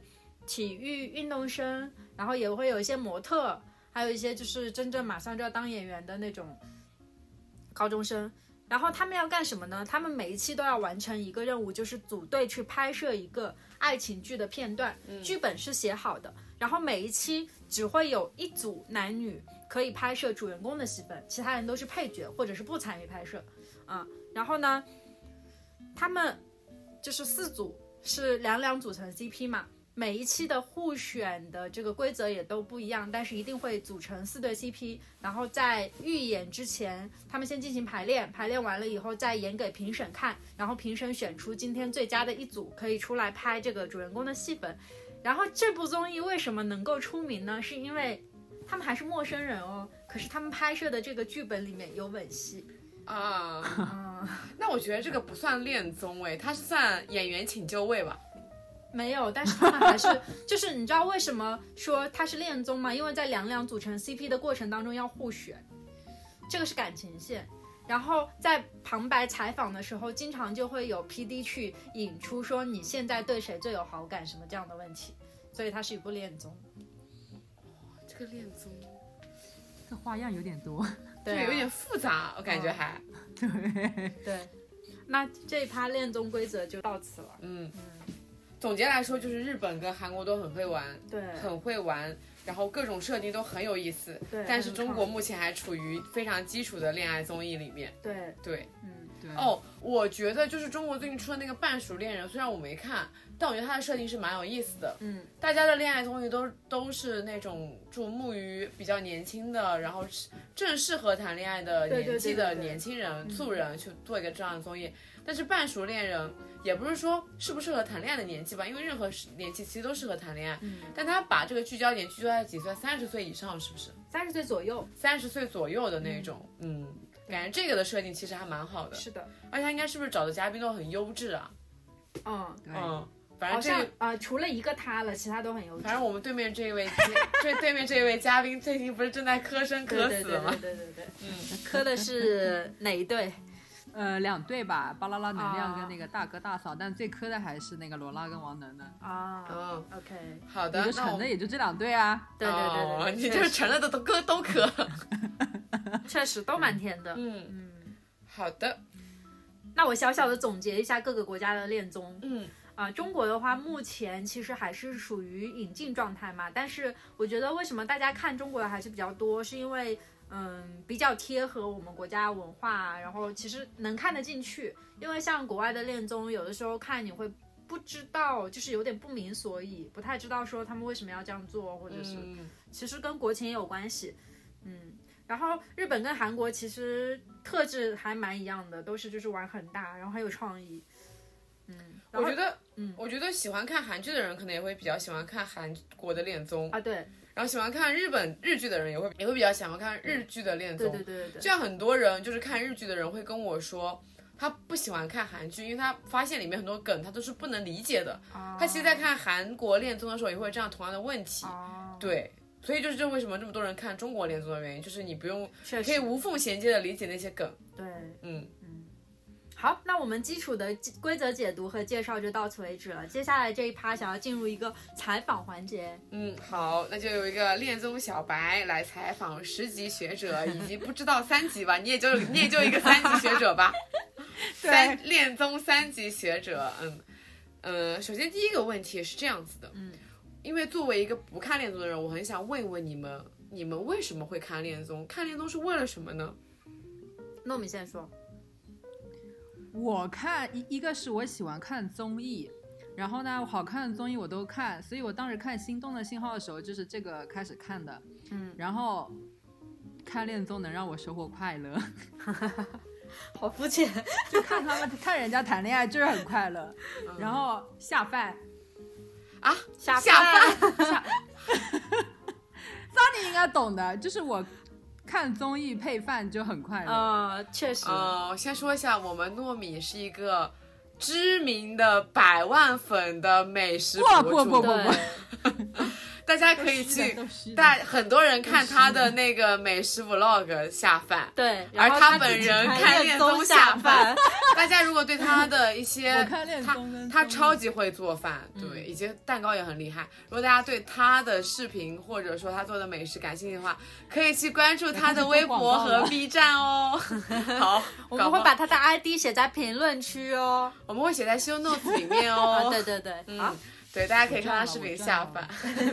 [SPEAKER 2] 体育运动生，然后也会有一些模特，还有一些就是真正马上就要当演员的那种高中生。然后他们要干什么呢？他们每一期都要完成一个任务，就是组队去拍摄一个爱情剧的片段，剧本是写好的，然后每一期只会有一组男女可以拍摄主人公的戏份，其他人都是配角或者是不参与拍摄然后呢，他们就是4组是两组成 CP 嘛，每一期的互选的这个规则也都不一样，但是一定会组成4对 CP， 然后在预演之前他们先进行排练，排练完了以后再演给评审看，然后评审选出今天最佳的一组可以出来拍这个主人公的戏份。然后这部综艺为什么能够出名呢？是因为他们还是陌生人哦，可是他们拍摄的这个剧本里面有吻戏
[SPEAKER 1] 那我觉得这个不算恋综它是算演员请就位吧。
[SPEAKER 2] 没有，但是他们还是就是你知道为什么说它是恋综吗？因为在两组成 CP 的过程当中要互选，这个是感情线。然后在旁白采访的时候，经常就会有 PD 去引出说你现在对谁最有好感什么这样的问题，所以它是一部恋综。
[SPEAKER 1] 这个恋综
[SPEAKER 3] 这花样有点多，
[SPEAKER 2] 对
[SPEAKER 1] 有点复杂，我感觉还
[SPEAKER 2] 对。那这一趴恋综规则就到此了。
[SPEAKER 1] 总结来说，就是日本跟韩国都很会玩，
[SPEAKER 2] 对，
[SPEAKER 1] 很会玩，然后各种设定都很有意思。
[SPEAKER 2] 对，
[SPEAKER 1] 但是中国目前还处于非常基础的恋爱综艺里面。
[SPEAKER 2] 对，
[SPEAKER 1] 对。
[SPEAKER 3] 对。
[SPEAKER 1] 我觉得就是中国最近出的那个《半熟恋人》，虽然我没看，但我觉得它的设定是蛮有意思的。大家的恋爱综艺都是那种注目于比较年轻的，然后正适合谈恋爱的年纪的年轻人、素人去做一个这样的综艺。但是《半熟恋人》也不是说适不适合谈恋爱的年纪吧，因为任何年纪其实都适合谈恋爱。但他把这个聚焦点聚焦在几岁？30岁以上是不是
[SPEAKER 2] ？30岁左右
[SPEAKER 1] ，30岁左右的那种。感觉这个的设定其实还蛮好的。
[SPEAKER 2] 是的，
[SPEAKER 1] 而且他应该是不是找的嘉宾都很优质啊？
[SPEAKER 3] 对。
[SPEAKER 1] 反正
[SPEAKER 2] 除了一个他了，其他都很优质。
[SPEAKER 1] 反正我们对面这一位嘉宾最近不是正在磕生磕死吗？
[SPEAKER 2] 对，磕的是哪一对
[SPEAKER 3] ？2对吧，巴啦啦能量跟那个大哥大嫂，但最磕的还是那个罗拉跟王能能。
[SPEAKER 2] OK，
[SPEAKER 1] 好的，
[SPEAKER 3] 你就成的也就这2对啊。
[SPEAKER 2] 对，
[SPEAKER 1] 你就是成了的都磕。
[SPEAKER 2] 确实都蛮甜的。
[SPEAKER 1] 好的。
[SPEAKER 2] 那我小小的总结一下各个国家的恋综。中国的话，目前其实还是属于引进状态嘛，但是我觉得为什么大家看中国的还是比较多，是因为比较贴合我们国家文化，然后其实能看得进去。因为像国外的恋综，有的时候看你会不知道，就是有点不明所以，不太知道说他们为什么要这样做，或者是其实跟国情也有关系。然后日本跟韩国其实特质还蛮一样的，都是就是玩很大，然后很有创意。
[SPEAKER 1] 我觉得喜欢看韩剧的人可能也会比较喜欢看韩国的恋综
[SPEAKER 2] 啊，对。
[SPEAKER 1] 然后喜欢看日剧的人也会比较喜欢看日剧的恋综。
[SPEAKER 2] 对。
[SPEAKER 1] 就像很多人就是看日剧的人会跟我说，他不喜欢看韩剧，因为他发现里面很多梗他都是不能理解的。他其实在看韩国恋综的时候也会有这样同样的问题。对。所以就是这为什么这么多人看中国恋综的原因，就是你不用可以无缝衔接的理解那些梗。
[SPEAKER 2] 对。好，那我们基础的规则解读和介绍就到此为止了。接下来这一趴想要进入一个采访环节。
[SPEAKER 1] 好，那就有一个恋综小白来采访10级学者，以及不知道3级吧，你也就一个3级学者吧。恋综3级学者。首先第一个问题是这样子的。因为作为一个不看恋综的人，我很想问一问你们为什么会看恋综？看恋综是为了什么呢？
[SPEAKER 2] 糯米先说。
[SPEAKER 3] 我看一个是我喜欢看综艺，然后呢好看的综艺我都看，所以我当时看《心动的信号》的时候就是这个开始看的。然后看恋综能让我收获快乐。
[SPEAKER 2] 好肤浅。
[SPEAKER 3] 就看他们看人家谈恋爱就是很快乐。然后下饭
[SPEAKER 1] 啊，
[SPEAKER 2] 下饭
[SPEAKER 3] 桑尼应该懂的，就是我看综艺配饭就很快乐。
[SPEAKER 2] 确实。
[SPEAKER 1] 先说一下，我们糯米是一个知名的100万粉的美食博主。
[SPEAKER 3] 不，
[SPEAKER 1] 大家可以去
[SPEAKER 3] 都虚，的
[SPEAKER 1] 很多人看他的那个美食 vlog 下饭，
[SPEAKER 2] 对，
[SPEAKER 1] 而
[SPEAKER 2] 然后
[SPEAKER 1] 他本人看恋综下饭。
[SPEAKER 2] 饭。
[SPEAKER 1] 大家如果对他的一些
[SPEAKER 3] 我看恋综跟
[SPEAKER 1] 他
[SPEAKER 3] 综艺
[SPEAKER 1] 超级会做饭，对，以及蛋糕也很厉害。如果大家对他的视频或者说他做的美食感兴趣的话，可以去关注他的微博和 B 站哦。好，
[SPEAKER 2] 我们会把他的 ID 写在评论区哦。
[SPEAKER 1] 我们会写在 show notes 里面
[SPEAKER 2] 啊，
[SPEAKER 1] 哦。
[SPEAKER 2] 对对对，好，
[SPEAKER 1] 对，大家可以看他视频下
[SPEAKER 3] 我
[SPEAKER 1] 饭。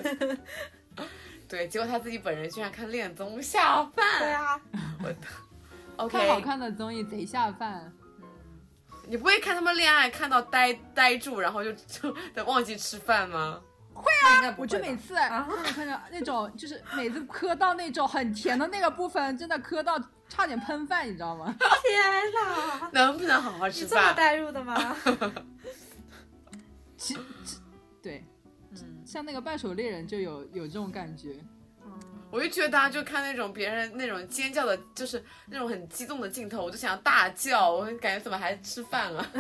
[SPEAKER 1] 对，结果他自己本人居然看恋综下饭。
[SPEAKER 2] 对啊，
[SPEAKER 1] 我
[SPEAKER 3] 看好
[SPEAKER 1] OK，
[SPEAKER 3] 看的综艺贼下饭。
[SPEAKER 1] 你不会看他们恋爱看到呆住，然后就忘记吃饭吗？
[SPEAKER 2] 那应该不
[SPEAKER 3] 我
[SPEAKER 2] 会吧
[SPEAKER 3] 就每次看着那种，就是每次磕到那种很甜的那个部分，真的磕到差点喷饭，你知道吗？
[SPEAKER 2] 天哪，
[SPEAKER 1] 能不能好好吃
[SPEAKER 2] 你这么
[SPEAKER 1] 饭？
[SPEAKER 2] 代入的吗？
[SPEAKER 3] 对，像那个半熟猎人就有这种感觉。
[SPEAKER 1] 我就觉得大家就看那种别人那种尖叫的，就是那种很激动的镜头，我就想要大叫，我感觉怎么还吃饭啊？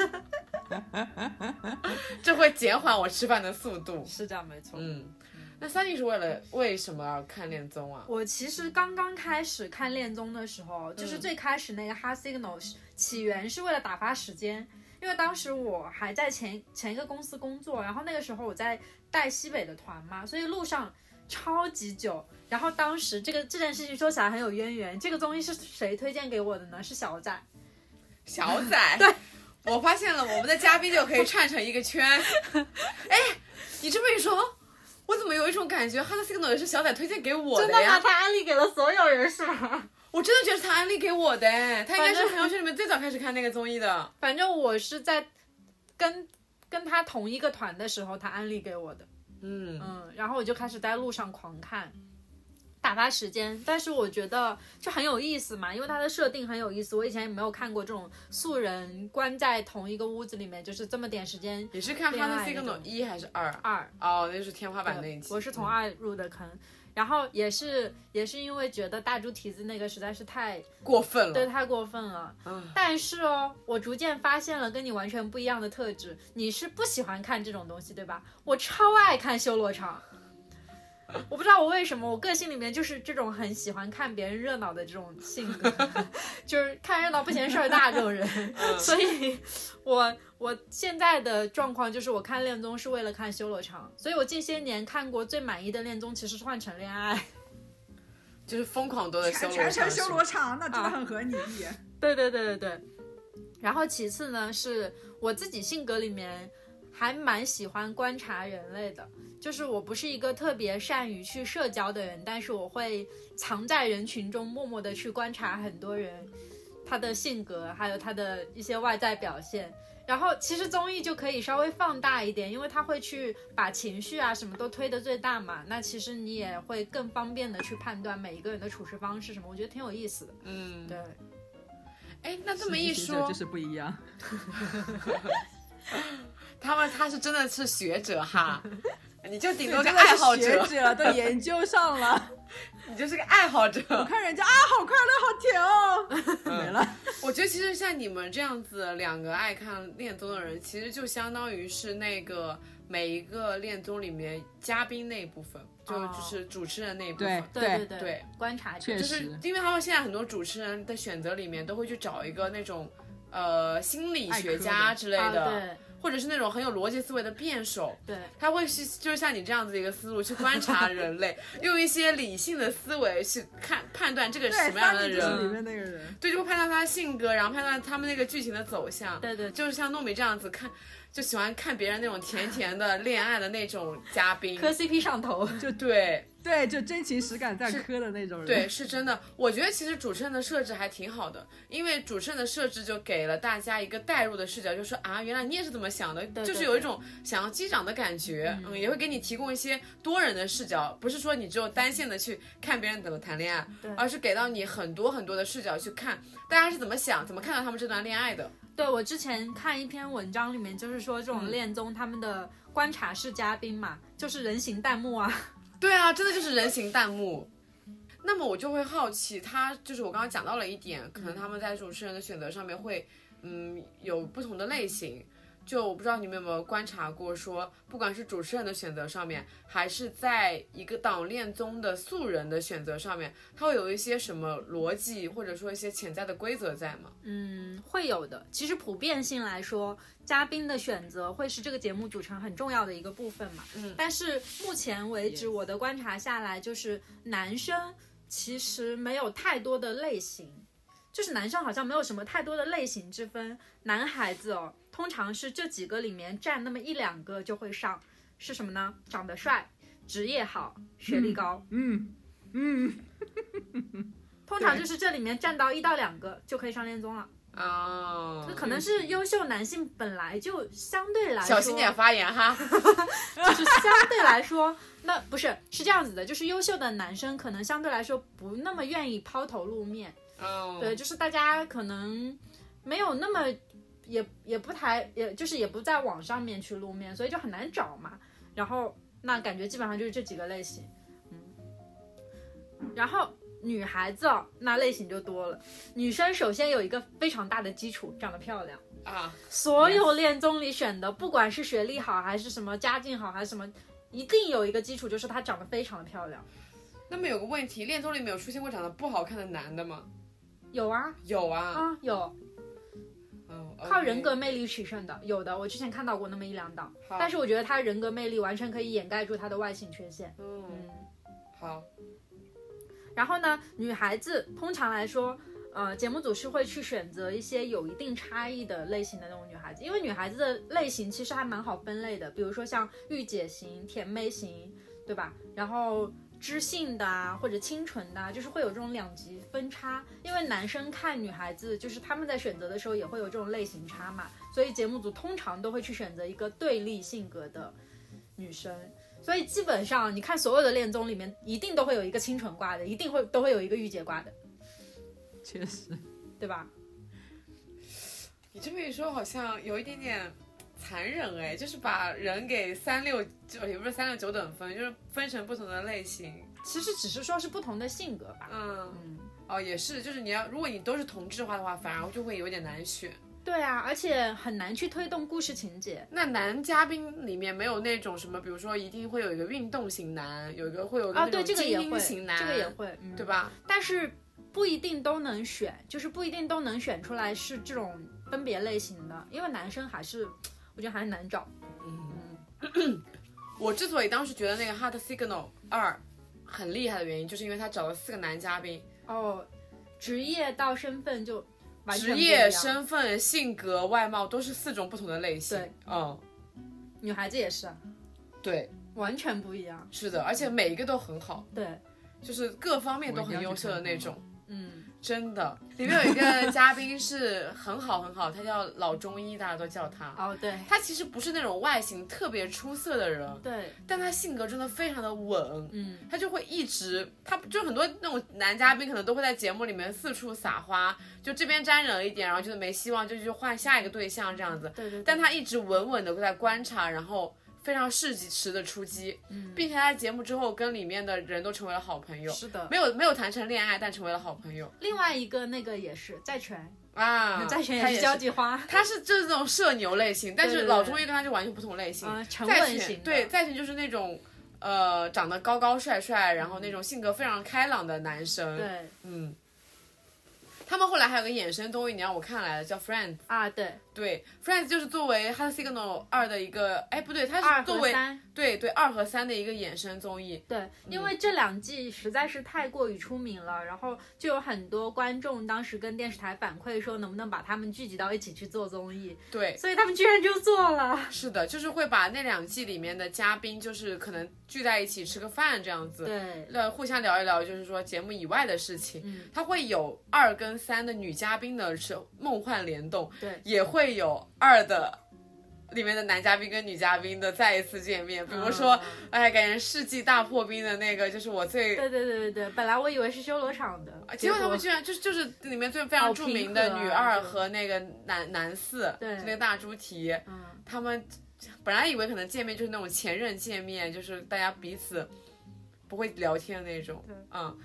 [SPEAKER 1] 这会减缓我吃饭的速度。
[SPEAKER 2] 是这样，没错。
[SPEAKER 1] 那Sunny是为什么要看恋综啊？
[SPEAKER 2] 我其实刚刚开始看恋综的时候，就是最开始那个 Hot Signal 起源是为了打发时间，因为当时我还在前一个公司工作，然后那个时候我在带西北的团嘛，所以路上超级久。然后当时这件事情说起来很有渊源，这个综艺是谁推荐给我的呢？是小仔。
[SPEAKER 1] 小仔，对，我发现了，我们的嘉宾就可以串成一个圈。哎，你这么一说，我怎么有一种感觉，《Hot Signal》也是小仔推荐给我的呀？
[SPEAKER 2] 真的吗？他安利给了所有人是吗？
[SPEAKER 1] 我真的觉得是他安利给我的，他应该是朋友圈里面最早开始看那个综艺的。
[SPEAKER 2] 反正我是在跟他同一个团的时候，他安利给我的。然后我就开始在路上狂看。打发时间，但是我觉得就很有意思嘛，因为它的设定很有意思。我以前也没有看过这种素人关在同一个屋子里面，就是这么点时间。
[SPEAKER 1] 你是看《Hot Signal》1还是2？2。哦，那就是天花板那一期。
[SPEAKER 2] 我是从2入的坑，然后也是因为觉得大猪蹄子那个实在是太
[SPEAKER 1] 过分了，
[SPEAKER 2] 对，太过分了。但是我逐渐发现了跟你完全不一样的特质，你是不喜欢看这种东西，对吧？我超爱看修罗场。我不知道我为什么，我个性里面就是这种很喜欢看别人热闹的这种性格，就是看热闹不嫌事儿大这种人。所以我现在的状况就是我看恋综是为了看修罗场，所以我近些年看过最满意的恋综其实是《换乘恋爱》，
[SPEAKER 1] 就是疯狂多的修罗场。
[SPEAKER 4] 全程修罗场，那真的很合你意。
[SPEAKER 2] 对。然后其次呢，是我自己性格里面还蛮喜欢观察人类的。就是我不是一个特别善于去社交的人，但是我会藏在人群中默默的去观察很多人，他的性格还有他的一些外在表现。然后其实综艺就可以稍微放大一点，因为他会去把情绪啊什么都推得最大嘛，那其实你也会更方便的去判断每一个人的处事方式什么，我觉得挺有意思的。对。
[SPEAKER 1] 哎，那这么一说
[SPEAKER 3] 就是不一样。
[SPEAKER 1] 他是真的是学者哈。你就顶多个爱好者，
[SPEAKER 3] 学者都研究上了，
[SPEAKER 1] 你就是个爱好者。
[SPEAKER 4] 我看人家好快乐，好甜哦，没了。
[SPEAKER 1] 我觉得其实像你们这样子两个爱看恋综的人，其实就相当于是那个每一个恋综里面嘉宾那一部分，就是主持人那一部分。
[SPEAKER 2] 对，观察者，
[SPEAKER 1] 就是因为他们现在很多主持人的选择里面都会去找一个那种心理学家之类的。
[SPEAKER 2] 对。
[SPEAKER 1] 或者是那种很有逻辑思维的辩手，
[SPEAKER 2] 对，
[SPEAKER 1] 他会就是像你这样子一个思路去观察人类，用一些理性的思维去判断这个什么样的人，
[SPEAKER 4] 里面那个人，
[SPEAKER 1] 对，就会判断他的性格，然后判断他们那个剧情的走向，
[SPEAKER 2] 对，
[SPEAKER 1] 就是像糯米这样子看，就喜欢看别人那种甜甜的恋爱的那种嘉宾，
[SPEAKER 2] 磕 CP 上头，
[SPEAKER 1] 就对，
[SPEAKER 4] 就真情实感在磕的那种人。
[SPEAKER 1] 对，是真的。我觉得其实主持人的设置还挺好的，因为主持人的设置就给了大家一个代入的视角，就说啊，原来你也是这么想的，就是有一种想要击掌的感觉。也会给你提供一些多人的视角，不是说你只有单线的去看别人怎么谈恋爱，而是给到你很多很多的视角去看大家是怎么想、怎么看到他们这段恋爱的。
[SPEAKER 2] 对，我之前看一篇文章里面就是说，这种恋综他们的观察式嘉宾嘛，就是人形弹幕啊。
[SPEAKER 1] 对啊，真的就是人形弹幕。那么我就会好奇，他就是我刚刚讲到了一点，可能他们在主持人的选择上面会，有不同的类型。 就我不知道你们有没有观察过说，不管是主持人的选择上面，还是在一个档恋综的素人的选择上面，它会有一些什么逻辑，或者说一些潜在的规则在吗？
[SPEAKER 2] 会有的。其实普遍性来说，嘉宾的选择会是这个节目组成很重要的一个部分嘛。但是目前为止，我的观察下来，就是男生其实没有太多的类型，就是男生好像没有什么太多的类型之分。男孩子哦，通常是这几个里面占那么一两个就会上，是什么呢？长得帅，职业好，学历高。通常就是这里面占到1到2个就可以上恋综了。
[SPEAKER 1] 哦，
[SPEAKER 2] 可能是优秀男性本来就相对来说，
[SPEAKER 1] 小心点发言哈。
[SPEAKER 2] 就是相对来说，那不是这样子的，就是优秀的男生可能相对来说不那么愿意抛头露面。对，就是大家可能没有那么也不太，也就是也不在网上面去露面，所以就很难找嘛。然后那感觉基本上就是这几个类型。然后女孩子那类型就多了。女生首先有一个非常大的基础，长得漂亮
[SPEAKER 1] 啊。
[SPEAKER 2] 所有恋综里选的，不管是学历好还是什么家境好还是什么，一定有一个基础，就是她长得非常的漂亮。
[SPEAKER 1] 那么有个问题，恋综里面有出现过长得不好看的男的吗？
[SPEAKER 2] 有啊，
[SPEAKER 1] 有啊，
[SPEAKER 2] 有。靠人格魅力取胜的，有的，我之前看到过那么1、2档，但是我觉得他人格魅力完全可以掩盖住他的外形缺陷。
[SPEAKER 1] 好。
[SPEAKER 2] 然后呢，女孩子通常来说，节目组是会去选择一些有一定差异的类型的那种女孩子，因为女孩子的类型其实还蛮好分类的，比如说像御姐型、甜妹型，对吧？然后知性的啊，或者清纯的啊，就是会有这种2级分差。因为男生看女孩子，就是他们在选择的时候也会有这种类型差嘛，所以节目组通常都会去选择一个对立性格的女生。所以基本上你看所有的恋综里面，一定都会有一个清纯挂的，一定都会有一个御姐挂的。
[SPEAKER 3] 确实，
[SPEAKER 2] 对吧？
[SPEAKER 1] 你这么一说，好像有一点点残忍哎，就是把人给369，也不是369等分，就是分成不同的类型。
[SPEAKER 2] 其实只是说是不同的性格吧。
[SPEAKER 1] 也是，就是如果你都是同质化的话，反而就会有点难选。
[SPEAKER 2] 对啊，而且很难去推动故事情节。
[SPEAKER 1] 那男嘉宾里面没有那种什么，比如说一定会有一个运动型男，会有一个那种精英型男，
[SPEAKER 2] 这个也会，
[SPEAKER 1] 对吧？
[SPEAKER 2] 但是不一定都能选，就是不一定都能选出来是这种分别类型的，因为男生还是我觉得还是难找。
[SPEAKER 1] 我之所以当时觉得那个《Heart Signal 2》很厉害的原因，就是因为他找了4个男嘉宾。
[SPEAKER 2] 职业到身份就完全
[SPEAKER 1] 职业、身份、性格、外貌都是4种不同的类型。
[SPEAKER 2] 对，女孩子也是啊。
[SPEAKER 1] 对，
[SPEAKER 2] 完全不一样。
[SPEAKER 1] 是的，而且每一个都很好。
[SPEAKER 2] 对，
[SPEAKER 1] 就是各方面都很优秀的那种。真的，里面有一个嘉宾是很好很好，他叫老中医，大家都叫他。
[SPEAKER 2] 对，
[SPEAKER 1] 他其实不是那种外形特别出色的人，
[SPEAKER 2] 对，
[SPEAKER 1] 但他性格真的非常的稳。他就会一直，他就很多那种男嘉宾可能都会在节目里面四处撒花，就这边沾惹一点，然后觉得没希望，就去换下一个对象这样子。
[SPEAKER 2] 对。
[SPEAKER 1] 但他一直稳稳的在观察，然后非常适时的出击，并且他在节目之后跟里面的人都成为了好朋友。
[SPEAKER 2] 是的，
[SPEAKER 1] 没有谈成恋爱，但成为了好朋友。
[SPEAKER 2] 另外一个那个也是在权
[SPEAKER 1] 在
[SPEAKER 2] 权也是交际花，
[SPEAKER 1] 他是就是这种社牛类型，但是老中医跟他就完全不同类型。
[SPEAKER 2] 沉稳型。
[SPEAKER 1] 对，在权就是那种长得高高帅帅，然后那种性格非常开朗的男生。
[SPEAKER 2] 对，
[SPEAKER 1] 他们后来还有个衍生综艺，你让我看来了，叫 Friends 对 Friends 就是作为《Heart Signal 2》的一个，不对，它是作为2和3的一个衍生综艺。
[SPEAKER 2] 对，因为这2季实在是太过于出名了，然后就有很多观众当时跟电视台反馈说，能不能把他们聚集到一起去做综艺。
[SPEAKER 1] 对，
[SPEAKER 2] 所以他们居然就做了。
[SPEAKER 1] 是的，就是会把那2季里面的嘉宾，就是可能聚在一起吃个饭这样子，
[SPEAKER 2] 对，
[SPEAKER 1] 互相聊一聊，就是说节目以外的事情。它会有2跟3的女嘉宾的是梦幻联动，
[SPEAKER 2] 对，
[SPEAKER 1] 也会有2的里面的男嘉宾跟女嘉宾的再一次见面，比如说，感觉世纪大破冰的那个，就是我最
[SPEAKER 2] 对，本来我以为是修罗场的，
[SPEAKER 1] 结果他们居然就是里面最非常著名的女2和那个男4，
[SPEAKER 2] 对，
[SPEAKER 1] 那个大猪蹄，他们本来以为可能见面就是那种前任见面，就是大家彼此不会聊天的那种，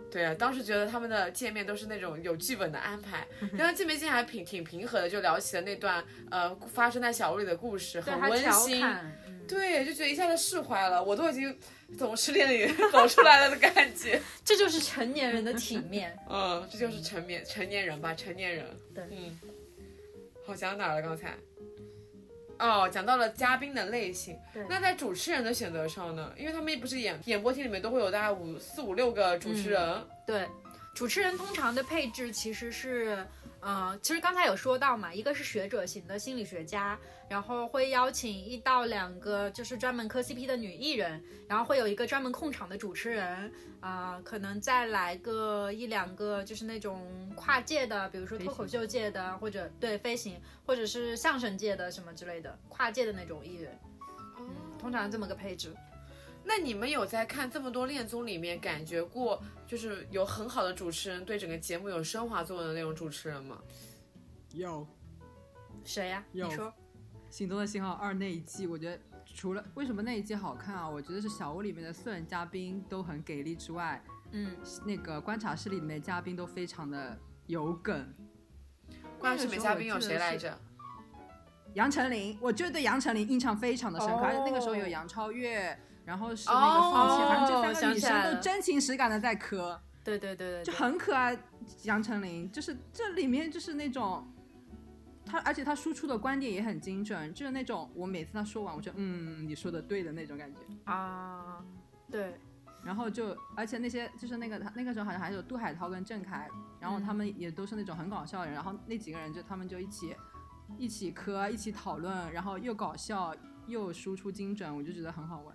[SPEAKER 1] 对啊，当时觉得他们的见面都是那种有剧本的安排，然后见面还挺平和的，就聊起了那段发生在小屋里的故事，很温馨。对，就觉得一下子释怀了，我都已经从失恋里走出来了的感觉。
[SPEAKER 2] 这就是成年人的体面。
[SPEAKER 1] 这就是成年人吧，成年人。
[SPEAKER 2] 对，
[SPEAKER 1] 好，讲到哪儿了刚才？讲到了嘉宾的类型。那在主持人的选择上呢？因为他们不是演播厅里面都会有大概4、5、6个主持人。
[SPEAKER 2] 对，主持人通常的配置其实是，其实刚才有说到嘛，一个是学者型的心理学家，然后会邀请1到2个就是专门磕 CP 的女艺人，然后会有一个专门控场的主持人，可能再来个1、2个就是那种跨界的，比如说脱口秀界的，或者对飞行，或者是相声界的什么之类的跨界的那种艺人，通常这么个配置。
[SPEAKER 1] 那你们有在看这么多恋综里面感觉过，就是有很好的主持人对整个节目有升华作用的那种主持人吗？
[SPEAKER 4] 有。
[SPEAKER 2] 谁呀？你说。
[SPEAKER 3] 《心动的信号2》那一季，我觉得除了为什么那一季好看啊？我觉得是小屋里面的4人嘉宾都很给力之外，那个观察室里面的嘉宾都非常的有梗。
[SPEAKER 1] 观察室里面嘉宾有谁来着？
[SPEAKER 3] 杨丞琳，我觉得对杨丞琳印象非常的深刻，而且那个时候有杨超越。然后是那个凤姐，反正这3个女生都真情实感的在磕，
[SPEAKER 2] 对，
[SPEAKER 3] 就很可爱。杨丞琳就是这里面就是那种，而且她输出的观点也很精准，就是那种我每次她说完，我就你说的对的那种感觉
[SPEAKER 2] 啊，对。
[SPEAKER 3] 然后而且那些就是那个时候好像还有杜海涛跟郑恺，然后他们也都是那种很搞笑的人，然后那几个人他们就一起磕，一起讨论，然后又搞笑又输出精准，我就觉得很好玩。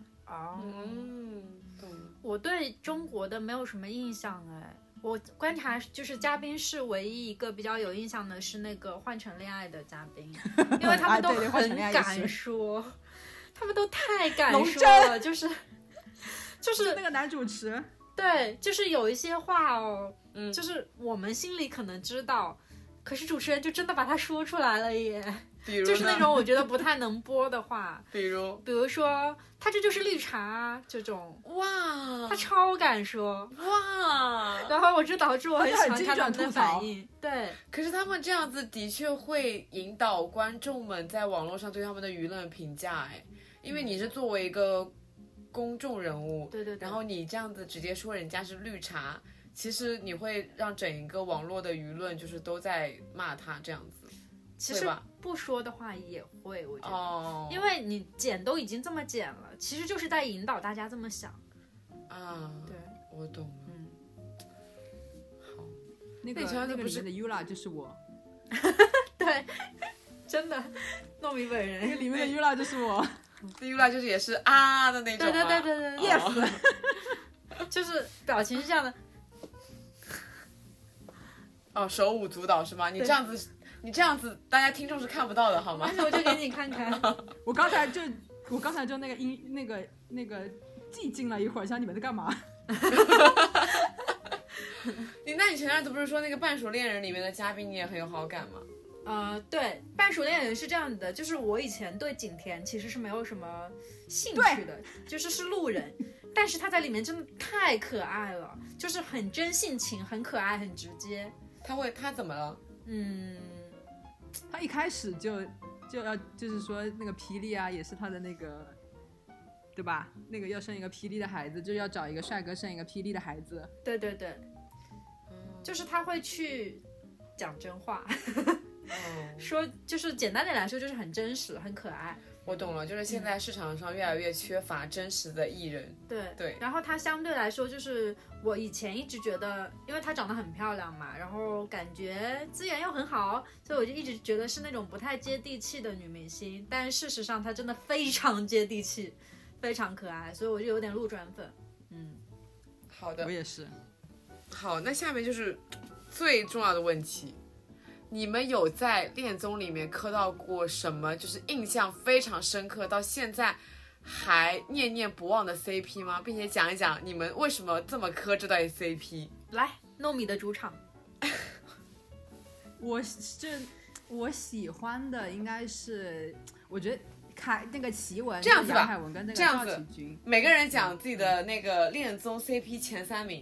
[SPEAKER 2] 我对中国的没有什么印象哎，我观察就是嘉宾是唯一一个比较有印象的是那个《换乘恋爱》的嘉宾，因为他们都很敢说，他们都太敢说了，就是
[SPEAKER 3] 那个男主持，
[SPEAKER 2] 对，就是有一些话就是我们心里可能知道，可是主持人就真的把它说出来了耶。
[SPEAKER 1] 比如
[SPEAKER 2] 就是那种我觉得不太能播的话，
[SPEAKER 1] 比
[SPEAKER 2] 如说他这就是绿茶这种，
[SPEAKER 1] 哇，
[SPEAKER 2] 他超敢说
[SPEAKER 1] 哇，
[SPEAKER 2] 然后我就导致我很喜欢看他们的反应。对，
[SPEAKER 1] 可是他们这样子的确会引导观众们在网络上对他们的舆论评价，因为你是作为一个公众人物，
[SPEAKER 2] 对，
[SPEAKER 1] 然后你这样子直接说人家是绿茶，其实你会让整一个网络的舆论就是都在骂他这样子。
[SPEAKER 2] 其实不说的话也会，我觉得，因为你剪都已经这么剪了，其实就是在引导大家这么想
[SPEAKER 1] 啊。对，我懂了。好，
[SPEAKER 3] 那个里面的 Yula 就是我。
[SPEAKER 2] 对，真的，糯米本人。
[SPEAKER 3] 那个里面的 Yula 就是我。
[SPEAKER 1] 那 Yula 就是也是啊的那种。
[SPEAKER 2] 对 ，yes， 就是表情是这样的。
[SPEAKER 1] 手舞足蹈是吗？你这样子，大家听众是看不到的，好吗？
[SPEAKER 2] 我就给你看看。
[SPEAKER 3] 我刚才就那个寂静了一会儿，像你们在干嘛？
[SPEAKER 1] 那你前阵子不是说那个《半熟恋人》里面的嘉宾你也很有好感吗？
[SPEAKER 2] 对，《半熟恋人》是这样的，就是我以前对景甜其实是没有什么兴趣的，就是路人，但是他在里面真的太可爱了，就是很真性情，很可爱，很直接。
[SPEAKER 1] 他怎么了？
[SPEAKER 3] 他一开始就要就是说那个霹雳啊，也是他的那个，对吧？那个要生一个霹雳的孩子，就要找一个帅哥生一个霹雳的孩子。
[SPEAKER 2] 对，就是他会去讲真话，说就是简单点来说就是很真实，很可爱。
[SPEAKER 1] 我懂了，就是现在市场上越来越缺乏真实的艺人。对，
[SPEAKER 2] 然后她相对来说就是我以前一直觉得，因为她长得很漂亮嘛，然后感觉资源又很好，所以我就一直觉得是那种不太接地气的女明星。但事实上她真的非常接地气，非常可爱，所以我就有点路转粉。
[SPEAKER 1] 好的，
[SPEAKER 3] 我也是。
[SPEAKER 1] 好，那下面就是最重要的问题。你们有在恋综里面磕到过什么就是印象非常深刻到现在还念念不忘的 CP 吗？并且讲一讲你们为什么这么磕这对 CP。
[SPEAKER 2] 来，糯米的主场。
[SPEAKER 3] 我喜欢的应该是，我觉得那个奇文
[SPEAKER 1] 这样子吧，
[SPEAKER 3] 杨海文跟那个赵启军，
[SPEAKER 1] 每个人讲自己的那个恋综 CP 前3名。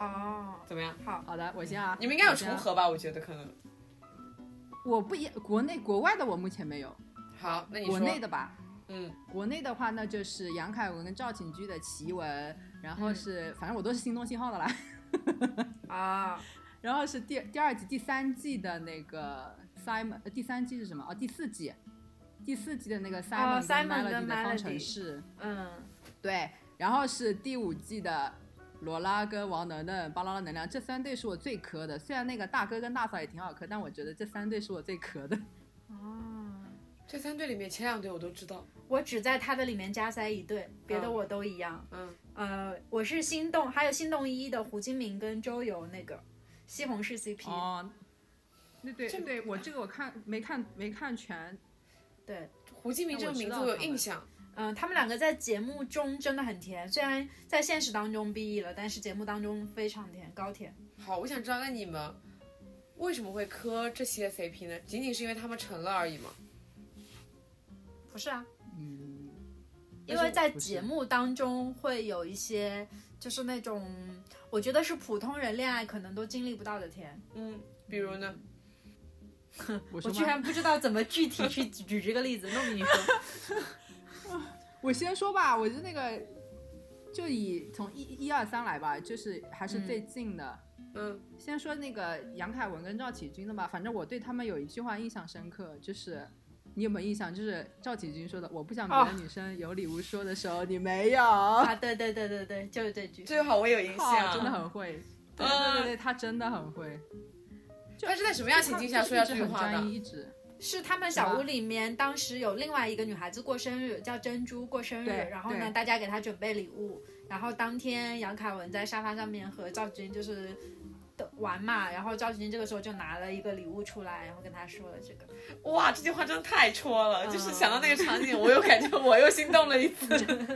[SPEAKER 2] 哦，
[SPEAKER 1] 怎么样？
[SPEAKER 3] 好的，我先啊。
[SPEAKER 1] 你们应该有重合吧？我觉得可能。
[SPEAKER 3] 我不一，国内国外的我目前没有。
[SPEAKER 1] 好，那你说
[SPEAKER 3] 国内的吧。
[SPEAKER 1] 嗯，
[SPEAKER 3] 国内的话那就是杨凯文跟赵晴居的奇闻，然后是、反正我都是心动信号的啦。
[SPEAKER 2] 啊，
[SPEAKER 3] 然后是第二季第3季的那个 Simon，第3季是什么？哦，第4季的那个 Simon 跟 Melody 的方程式。对。然后是第5季的罗拉跟王能能巴啦啦能量，这3对是我最磕的。虽然那个大哥跟大嫂也挺好磕，但我觉得这3对是我最磕的。
[SPEAKER 1] 这3对里面前2对我都知道，
[SPEAKER 2] 我只在他的里面加塞1对，别的我都一样。我是心动，还有心动1的胡金明跟周游那个西红柿 CP。
[SPEAKER 3] 哦，对，我这个我没看全。
[SPEAKER 2] 对，
[SPEAKER 1] 胡金明这个名字我有印象。
[SPEAKER 2] 他们两个在节目中真的很甜，虽然在现实当中 BE 了，但是节目当中非常甜，高甜。
[SPEAKER 1] 好，我想知道那你们为什么会磕这些 CP 呢？仅仅是因为他们成了而已吗？
[SPEAKER 2] 不是啊，因为在节目当中会有一些就是那种我觉得是普通人恋爱可能都经历不到的甜。
[SPEAKER 1] 比如呢？
[SPEAKER 2] 我居然不知道怎么具体去举这个例子，糯米你说。
[SPEAKER 3] 我先说吧，我就那个就以从1、2、3来吧，就是还是最近的。先说那个杨凯文跟赵启军的吧，反正我对他们有一句话印象深刻，就是你有没有印象？就是赵启军说的，我不想别的女生有礼物说的时候，你没有
[SPEAKER 2] 啊？对，就是这句。
[SPEAKER 1] 最好我有印象，
[SPEAKER 3] 真的很会。对，他真的很会。
[SPEAKER 1] 他是在什么样情境下说下这句话的？
[SPEAKER 3] 一直
[SPEAKER 2] 是他们小屋里面当时有另外一个女孩子过生日，叫珍珠过生日，然后呢大家给她准备礼物，然后当天杨凯文在沙发上面和赵启军就是玩嘛，然后赵启军这个时候就拿了一个礼物出来，然后跟他说了这个。
[SPEAKER 1] 哇，这句话真的太戳了，就是想到那个场景我又感觉我又心动了一次。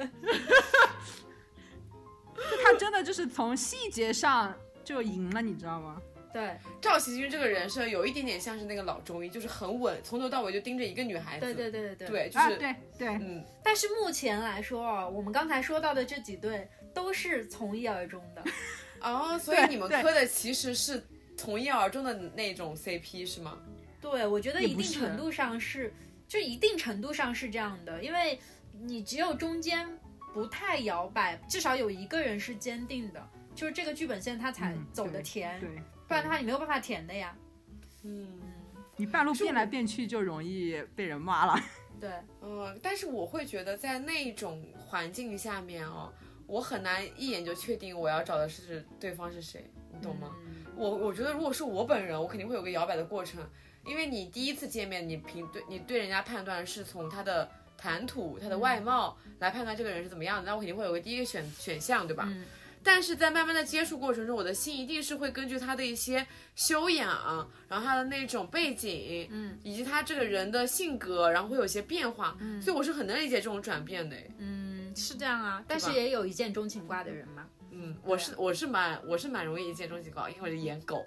[SPEAKER 3] 他真的就是从细节上就赢了，你知道吗？
[SPEAKER 2] 对，
[SPEAKER 1] 赵启军这个人设有一点点像是那个老中医，就是很稳，从头到尾就盯着一个女孩子。
[SPEAKER 2] 对，
[SPEAKER 1] 就是
[SPEAKER 3] 对。
[SPEAKER 2] 但是目前来说我们刚才说到的这几对都是从一而终的。
[SPEAKER 1] 所以你们磕的其实是从一而终的那种 CP 是吗？
[SPEAKER 2] 对，我觉得一定程度上是，就一定程度上是这样的，因为你只有中间不太摇摆，至少有一个人是坚定的，就是这个剧本线它才走得甜。
[SPEAKER 3] 对，
[SPEAKER 2] 不然的话你没有办法甜的呀。
[SPEAKER 3] 你半路变来变去就容易被人骂了。
[SPEAKER 2] 对，
[SPEAKER 1] 但是我会觉得在那种环境下面我很难一眼就确定我要找的是对方是谁，你懂吗？我觉得如果是我本人，我肯定会有个摇摆的过程，因为你第一次见面，你对人家判断是从他的谈吐、他的外貌来判断这个人是怎么样的，那我肯定会有个第一个选项，对吧？但是在慢慢的接触过程中，我的心一定是会根据他的一些修养，然后他的那种背景，以及他这个人的性格，然后会有一些变化，所以我是很能理解这种转变的。
[SPEAKER 2] 是这样啊，但是也有一见钟情挂的人嘛。
[SPEAKER 1] 我是蛮容易一见钟情挂，因为我是颜狗。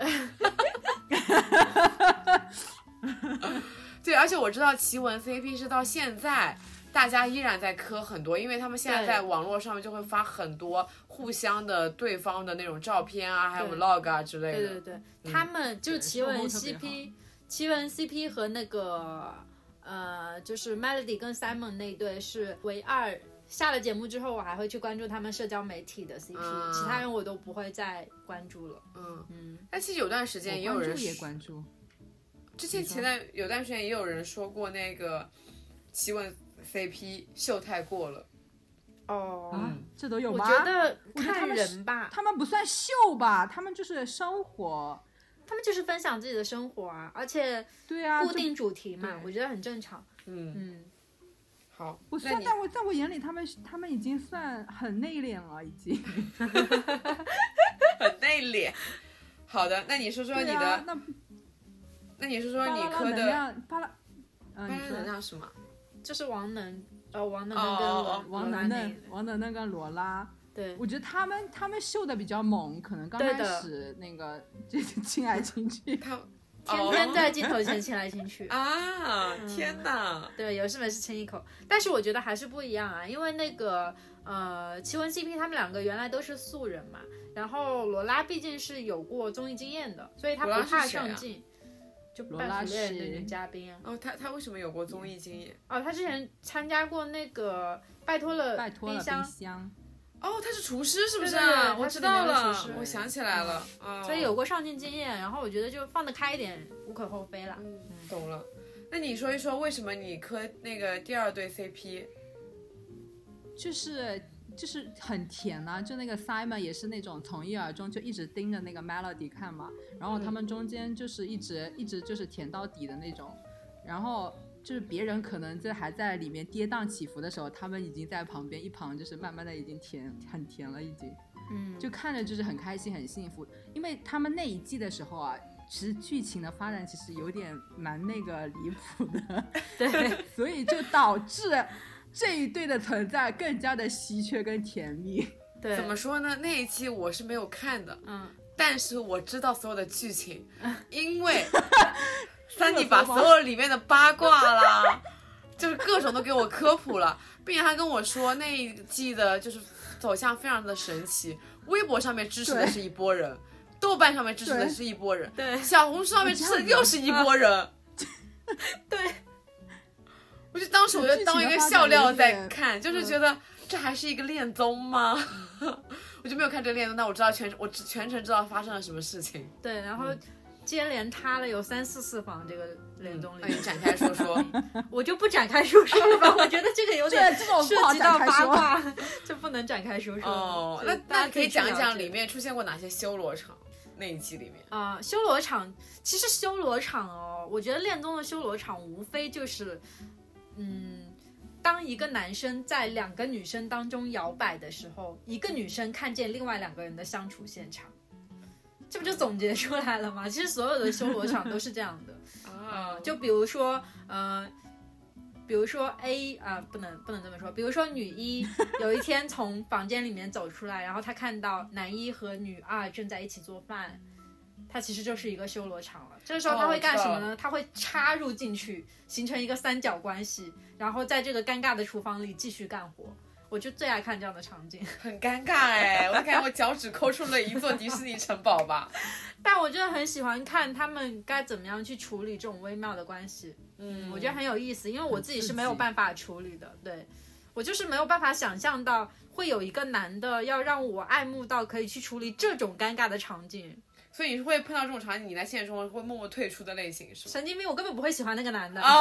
[SPEAKER 1] 对，而且我知道奇闻 CP 是到现在大家依然在磕很多，因为他们现在在网络上面就会发很多互相的对方的那种照片啊，还有 vlog 啊之类的。
[SPEAKER 2] 对，他们就是奇闻 CP 和那个就是 Melody 跟 Simon 那对是唯二。下了节目之后，我还会去关注他们社交媒体的 CP，其他人我都不会再关注了。
[SPEAKER 1] 但其实有段时间也有人
[SPEAKER 3] 关注，
[SPEAKER 1] 之前有段时间也有人说过那个奇闻 CP 秀太过了。
[SPEAKER 3] 这都有吗？
[SPEAKER 2] 我觉得看人吧，
[SPEAKER 3] 他们不算秀吧，他们就是生活，
[SPEAKER 2] 他们就是分享自己的生活啊，而且
[SPEAKER 3] 对啊，
[SPEAKER 2] 固定主题嘛，我觉得很正常。
[SPEAKER 1] 好，
[SPEAKER 3] 不算，在我眼里，他们已经算很内敛了，已经
[SPEAKER 1] 很内敛。好的，那你说说你的，那你说说你磕的
[SPEAKER 3] 巴拉
[SPEAKER 1] 能量什么？
[SPEAKER 2] 就是王能跟
[SPEAKER 3] 王能跟罗拉。
[SPEAKER 2] 对，
[SPEAKER 3] 我觉得他们秀的比较猛，可能刚开始那个这亲爱亲去，
[SPEAKER 2] 天天在镜头前亲来亲去
[SPEAKER 1] 啊！天哪！
[SPEAKER 2] 对，有事没事亲一口。但是我觉得还是不一样啊，因为那个奇闻 CP 他们两个原来都是素人嘛，然后罗拉毕竟是有过综艺经验的，所以他不怕上镜。就半熟恋人的女嘉宾啊。
[SPEAKER 1] 哦，他为什么有过综艺经验？
[SPEAKER 2] 哦，他之前参加过那个拜托了冰箱。
[SPEAKER 1] 哦，他是厨师是不是
[SPEAKER 2] 啊？
[SPEAKER 1] 我知道了，我想起来了。
[SPEAKER 2] 所以有过上镜经验，然后我觉得就放得开一点，无可厚非啦。
[SPEAKER 1] 懂了。那你说一说，为什么你磕那个第二对 CP？
[SPEAKER 3] 就是很甜啊，就那个 Simon 也是那种从一而终，就一直盯着那个 Melody 看嘛，然后他们中间就是一直就是甜到底的那种，然后就是别人可能还在里面跌宕起伏的时候，他们已经在旁边一旁就是慢慢的已经很甜了已经，就看着就是很开心很幸福，因为他们那一季的时候啊，其实剧情的发展其实有点蛮那个离谱的，
[SPEAKER 2] 对，
[SPEAKER 3] 所以就导致这一对的存在更加的稀缺跟甜蜜。
[SPEAKER 2] 对，
[SPEAKER 1] 怎么说呢？那一期我是没有看的，但是我知道所有的剧情，因为Sunny 把所有里面的八卦啦，就是各种都给我科普了，并且他跟我说那一季的就是走向非常的神奇，微博上面支持的是一波人，豆瓣上面支持的是一波人，
[SPEAKER 2] 对，
[SPEAKER 1] 小红书上面支持的又是一波人，
[SPEAKER 2] 对。
[SPEAKER 1] 我就当时我就当一个笑料在看，就是觉得这还是一个恋综吗？我就没有看这个恋综，但我知道我全程知道发生了什么事情。
[SPEAKER 2] 对，然后接连塌了有3、4次房这个恋综里，
[SPEAKER 1] 你展开说说。
[SPEAKER 2] 我就不展开说说了吧，我觉得这个有点涉及到八卦，就不能展开说说。
[SPEAKER 1] 哦，那大家可以讲一讲里面出现过哪些修罗场？那一季里面
[SPEAKER 2] 修罗场，其实修罗场哦，我觉得恋综的修罗场无非就是。当一个男生在2个女生当中摇摆的时候，一个女生看见另外2个人的相处现场，这不就总结出来了吗？其实所有的修罗场都是这样的就比如说A 不能这么说，比如说女一有一天从房间里面走出来，然后她看到男一和女2正在一起做饭，它其实就是一个修罗场了。这个时候他会干什么呢？他会插入进去，形成一个3角关系，然后在这个尴尬的厨房里继续干活。我就最爱看这样的场景，
[SPEAKER 1] 很尴尬哎，我感觉我脚趾抠出了一座迪士尼城堡吧。
[SPEAKER 2] 但我真的很喜欢看他们该怎么样去处理这种微妙的关系。我觉得很有意思，因为我自己是没有办法处理的。对，我就是没有办法想象到会有一个男的要让我爱慕到可以去处理这种尴尬的场景。
[SPEAKER 1] 所以你是会碰到这种场景，你在现实中会默默退出的类型是吗？
[SPEAKER 2] 神经病，我根本不会喜欢那个男的。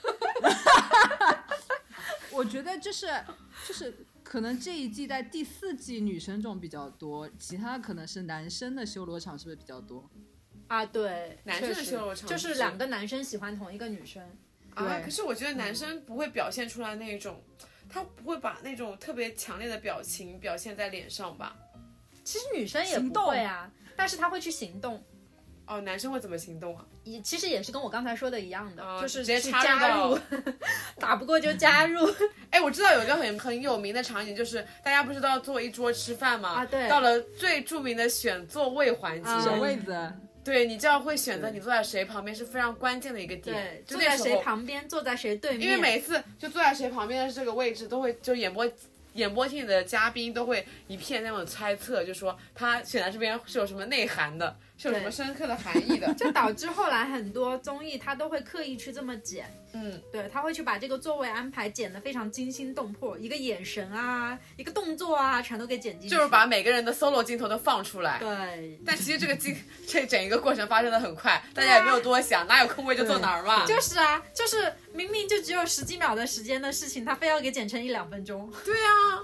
[SPEAKER 3] 我觉得就是可能这一季在第4季女生中比较多，其他可能是男生的修罗场是不是比较多？
[SPEAKER 2] 对，
[SPEAKER 1] 男生的修罗场
[SPEAKER 2] 就是2个男生喜欢同一个女生。
[SPEAKER 1] 可是我觉得男生不会表现出来那种，他不会把那种特别强烈的表情表现在脸上吧？
[SPEAKER 2] 其实女生也不会啊，但是他会去行动。
[SPEAKER 1] 男生会怎么行动啊？
[SPEAKER 2] 其实也是跟我刚才说的一样的，就是
[SPEAKER 1] 直接
[SPEAKER 2] 加入，打不过就加入。
[SPEAKER 1] 我知道有一个很有名的场景，就是大家不是都要坐一桌吃饭吗？
[SPEAKER 2] 对。
[SPEAKER 1] 到了最著名的选座位环节，
[SPEAKER 3] 选位子。
[SPEAKER 1] 对，你就要会选择你坐在谁旁边是非常关键的一个点。
[SPEAKER 2] 对，坐在谁旁边，坐在谁对面。
[SPEAKER 1] 因为每次就坐在谁旁边的这个位置，都会就演播厅里的嘉宾都会一片那种猜测，就说他选在这边是有什么内涵的，是有什么深刻的含义的，
[SPEAKER 2] 就导致后来很多综艺他都会刻意去这么剪。对，他会去把这个座位安排剪得非常惊心动魄，一个眼神啊，一个动作啊，全都给剪进去，
[SPEAKER 1] 就是把每个人的 solo 镜头都放出来。
[SPEAKER 2] 对，
[SPEAKER 1] 但其实这整一个过程发生的很快，大家也没有多想，哪有空位就坐哪儿嘛。
[SPEAKER 2] 就是啊，就是明明就只有10几秒的时间的事情，他非要给剪成1、2分钟。
[SPEAKER 1] 对啊。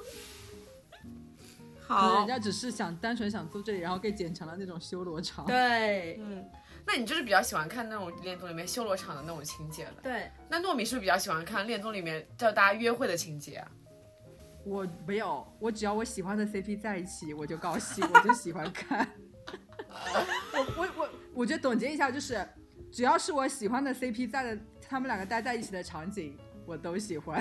[SPEAKER 1] 好，
[SPEAKER 3] 人家只是单纯想坐这里，然后给剪成了那种修罗场。
[SPEAKER 2] 对，
[SPEAKER 1] 那你就是比较喜欢看那种恋综里面修罗场的那种情节了。
[SPEAKER 2] 对，
[SPEAKER 1] 那糯米是不是比较喜欢看恋综里面叫大家约会的情节啊？
[SPEAKER 3] 我没有，我只要我喜欢的 CP 在一起，我就高兴，我就喜欢看。我觉得总结一下就是，只要是我喜欢的 CP 他们2个待在一起的场景，我都喜欢。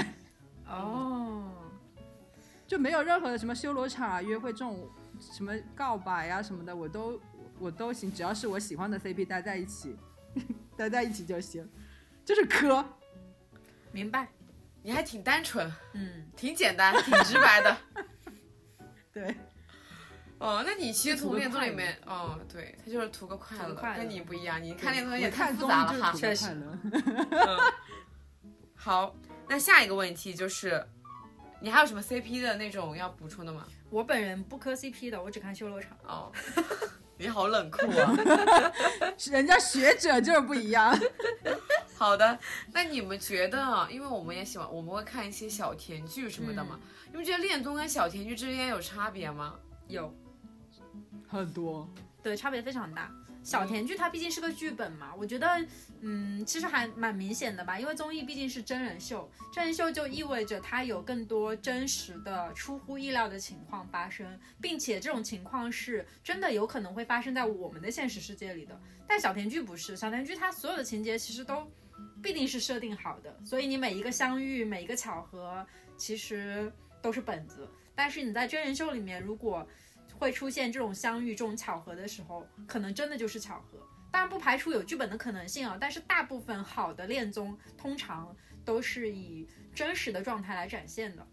[SPEAKER 3] 就没有任何的什么修罗场啊、约会这种什么告白啊什么的，我都行，只要是我喜欢的 CP 待在一起，
[SPEAKER 4] 待在一起就行，就是磕。
[SPEAKER 2] 明白。
[SPEAKER 1] 你还挺单纯，
[SPEAKER 2] 嗯，
[SPEAKER 1] 挺简单，挺直白的。
[SPEAKER 4] 对，
[SPEAKER 1] 哦，那你其实从恋综里面，哦，对，他就是图个快乐，
[SPEAKER 2] 图个快乐
[SPEAKER 1] 跟你不一样，你看恋综有点太
[SPEAKER 4] 看综
[SPEAKER 1] 复杂了哈。
[SPEAKER 4] 艺就是图个
[SPEAKER 2] 确实
[SPEAKER 4] 快乐。
[SPEAKER 1] 好，那下一个问题就是，你还有什么 CP 的那种要补充的吗？
[SPEAKER 2] 我本人不磕 CP 的，我只看修罗场。
[SPEAKER 1] 哦，你好冷酷啊。
[SPEAKER 4] 人家学者就是不一样。
[SPEAKER 1] 好的，那你们觉得，因为我们也喜欢，我们会看一些小甜剧什么的嘛，你们觉得恋综跟小甜剧之间有差别吗？
[SPEAKER 2] 有，
[SPEAKER 4] 很多。
[SPEAKER 2] 对，差别非常大。小甜剧它毕竟是个剧本嘛，我觉得，其实还蛮明显的吧。因为综艺毕竟是真人秀，真人秀就意味着它有更多真实的、出乎意料的情况发生，并且这种情况是真的有可能会发生在我们的现实世界里的。但小甜剧不是，小甜剧它所有的情节其实都必定是设定好的，所以你每一个相遇、每一个巧合，其实都是本子。但是你在真人秀里面，如果会出现这种相遇、这种巧合的时候，可能真的就是巧合。当然不排除有剧本的可能性啊，但是大部分好的恋综通常都是以真实的状态来展现的。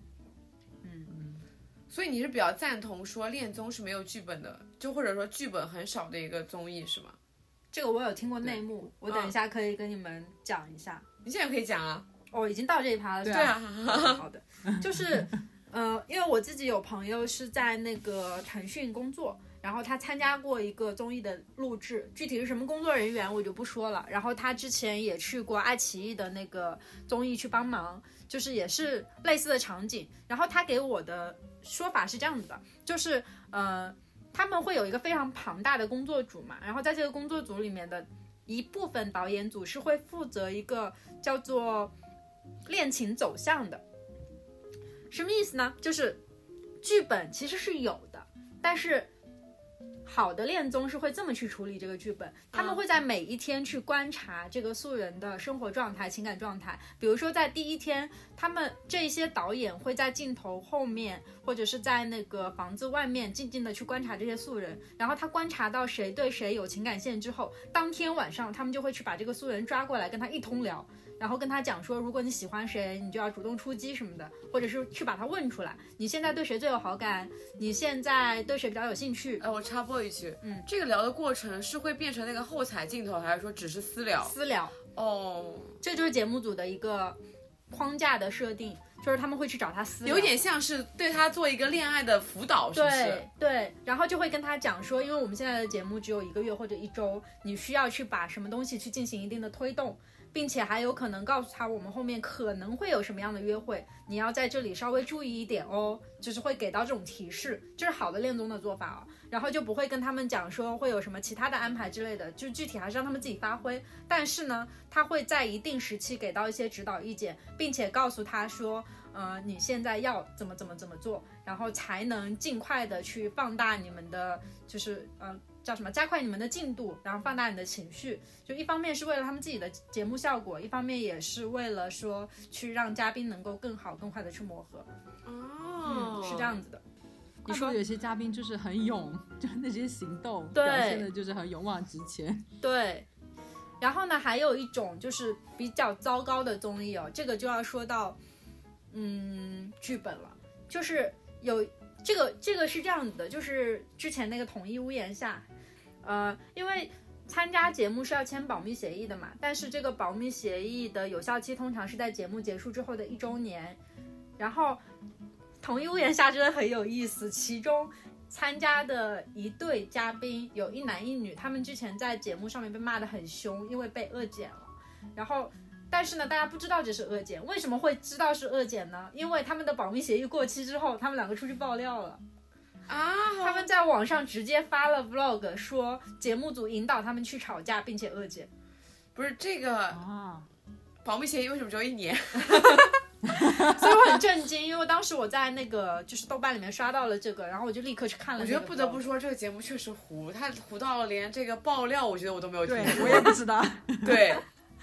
[SPEAKER 1] 所以你是比较赞同说恋综是没有剧本的，就或者说剧本很少的一个综艺是吗？
[SPEAKER 2] 这个我有听过内幕，我等一下可以跟你们讲一下。
[SPEAKER 1] 你现在可以讲啊。
[SPEAKER 2] 哦，已经到这一趴了。
[SPEAKER 1] 对啊。
[SPEAKER 2] 好的，就是因为我自己有朋友是在那个腾讯工作，然后他参加过一个综艺的录制，具体是什么工作人员我就不说了。然后他之前也去过爱奇艺的那个综艺去帮忙，就是也是类似的场景。然后他给我的说法是这样子的，就是他们会有一个非常庞大的工作组嘛，然后在这个工作组里面的一部分导演组是会负责一个叫做恋情走向的。什么意思呢？就是剧本其实是有的，但是好的恋综是会这么去处理这个剧本，他们会在每一天去观察这个素人的生活状态、情感状态。比如说在第一天，他们这些导演会在镜头后面或者是在那个房子外面静静的去观察这些素人，然后他观察到谁对谁有情感线之后，当天晚上他们就会去把这个素人抓过来跟他一通聊，然后跟他讲说，如果你喜欢谁，你就要主动出击什么的，或者是去把他问出来，你现在对谁最有好感，你现在对谁比较有兴趣。
[SPEAKER 1] 我插播一句，这个聊的过程是会变成那个后采镜头，还是说只是私聊？
[SPEAKER 2] 私聊。
[SPEAKER 1] 哦，
[SPEAKER 2] 这就是节目组的一个框架的设定，就是他们会去找他私聊，
[SPEAKER 1] 有点像是对他做一个恋爱的辅导，是不是？
[SPEAKER 2] 对，然后就会跟他讲说，因为我们现在的节目只有1个月或者1周，你需要去把什么东西去进行一定的推动，并且还有可能告诉他我们后面可能会有什么样的约会，你要在这里稍微注意一点哦，就是会给到这种提示，这是好的恋综的做法啊。然后就不会跟他们讲说会有什么其他的安排之类的，就具体还是让他们自己发挥。但是呢，他会在一定时期给到一些指导意见，并且告诉他说，你现在要怎么做，然后才能尽快的去放大你们的，就是叫什么，加快你们的进度，然后放大你的情绪。就一方面是为了他们自己的节目效果，一方面也是为了说去让嘉宾能够更好更快的去磨合。是这样子的。
[SPEAKER 3] 你说有些嘉宾就是很勇，就是那些行动
[SPEAKER 2] 对
[SPEAKER 3] 表现的就是很勇往直前。
[SPEAKER 2] 对，然后呢，还有一种就是比较糟糕的综艺哦，这个就要说到剧本了，就是有这个是这样子的，就是之前那个统一屋檐下，因为参加节目是要签保密协议的嘛，但是这个保密协议的有效期通常是在节目结束之后的1周年，然后统一屋檐下真的很有意思，其中参加的一对嘉宾有1男1女，他们之前在节目上面被骂得很凶，因为被恶剪了。然后但是呢，大家不知道这是恶剪，为什么会知道是恶剪呢？因为他们的保密协议过期之后，他们2个出去爆料了啊！他们在网上直接发了 vlog， 说节目组引导他们去吵架，并且恶剪。
[SPEAKER 1] 不是这个保密协议为什么只有1年？
[SPEAKER 2] 所以我很震惊，因为当时我在那个就是豆瓣里面刷到了这个，然后我就立刻去看了。
[SPEAKER 1] 我觉得不得不说，这个节目确实糊，它糊到连这个爆料，我觉得我都没有听过。
[SPEAKER 4] 对，我也不知道。
[SPEAKER 1] 对，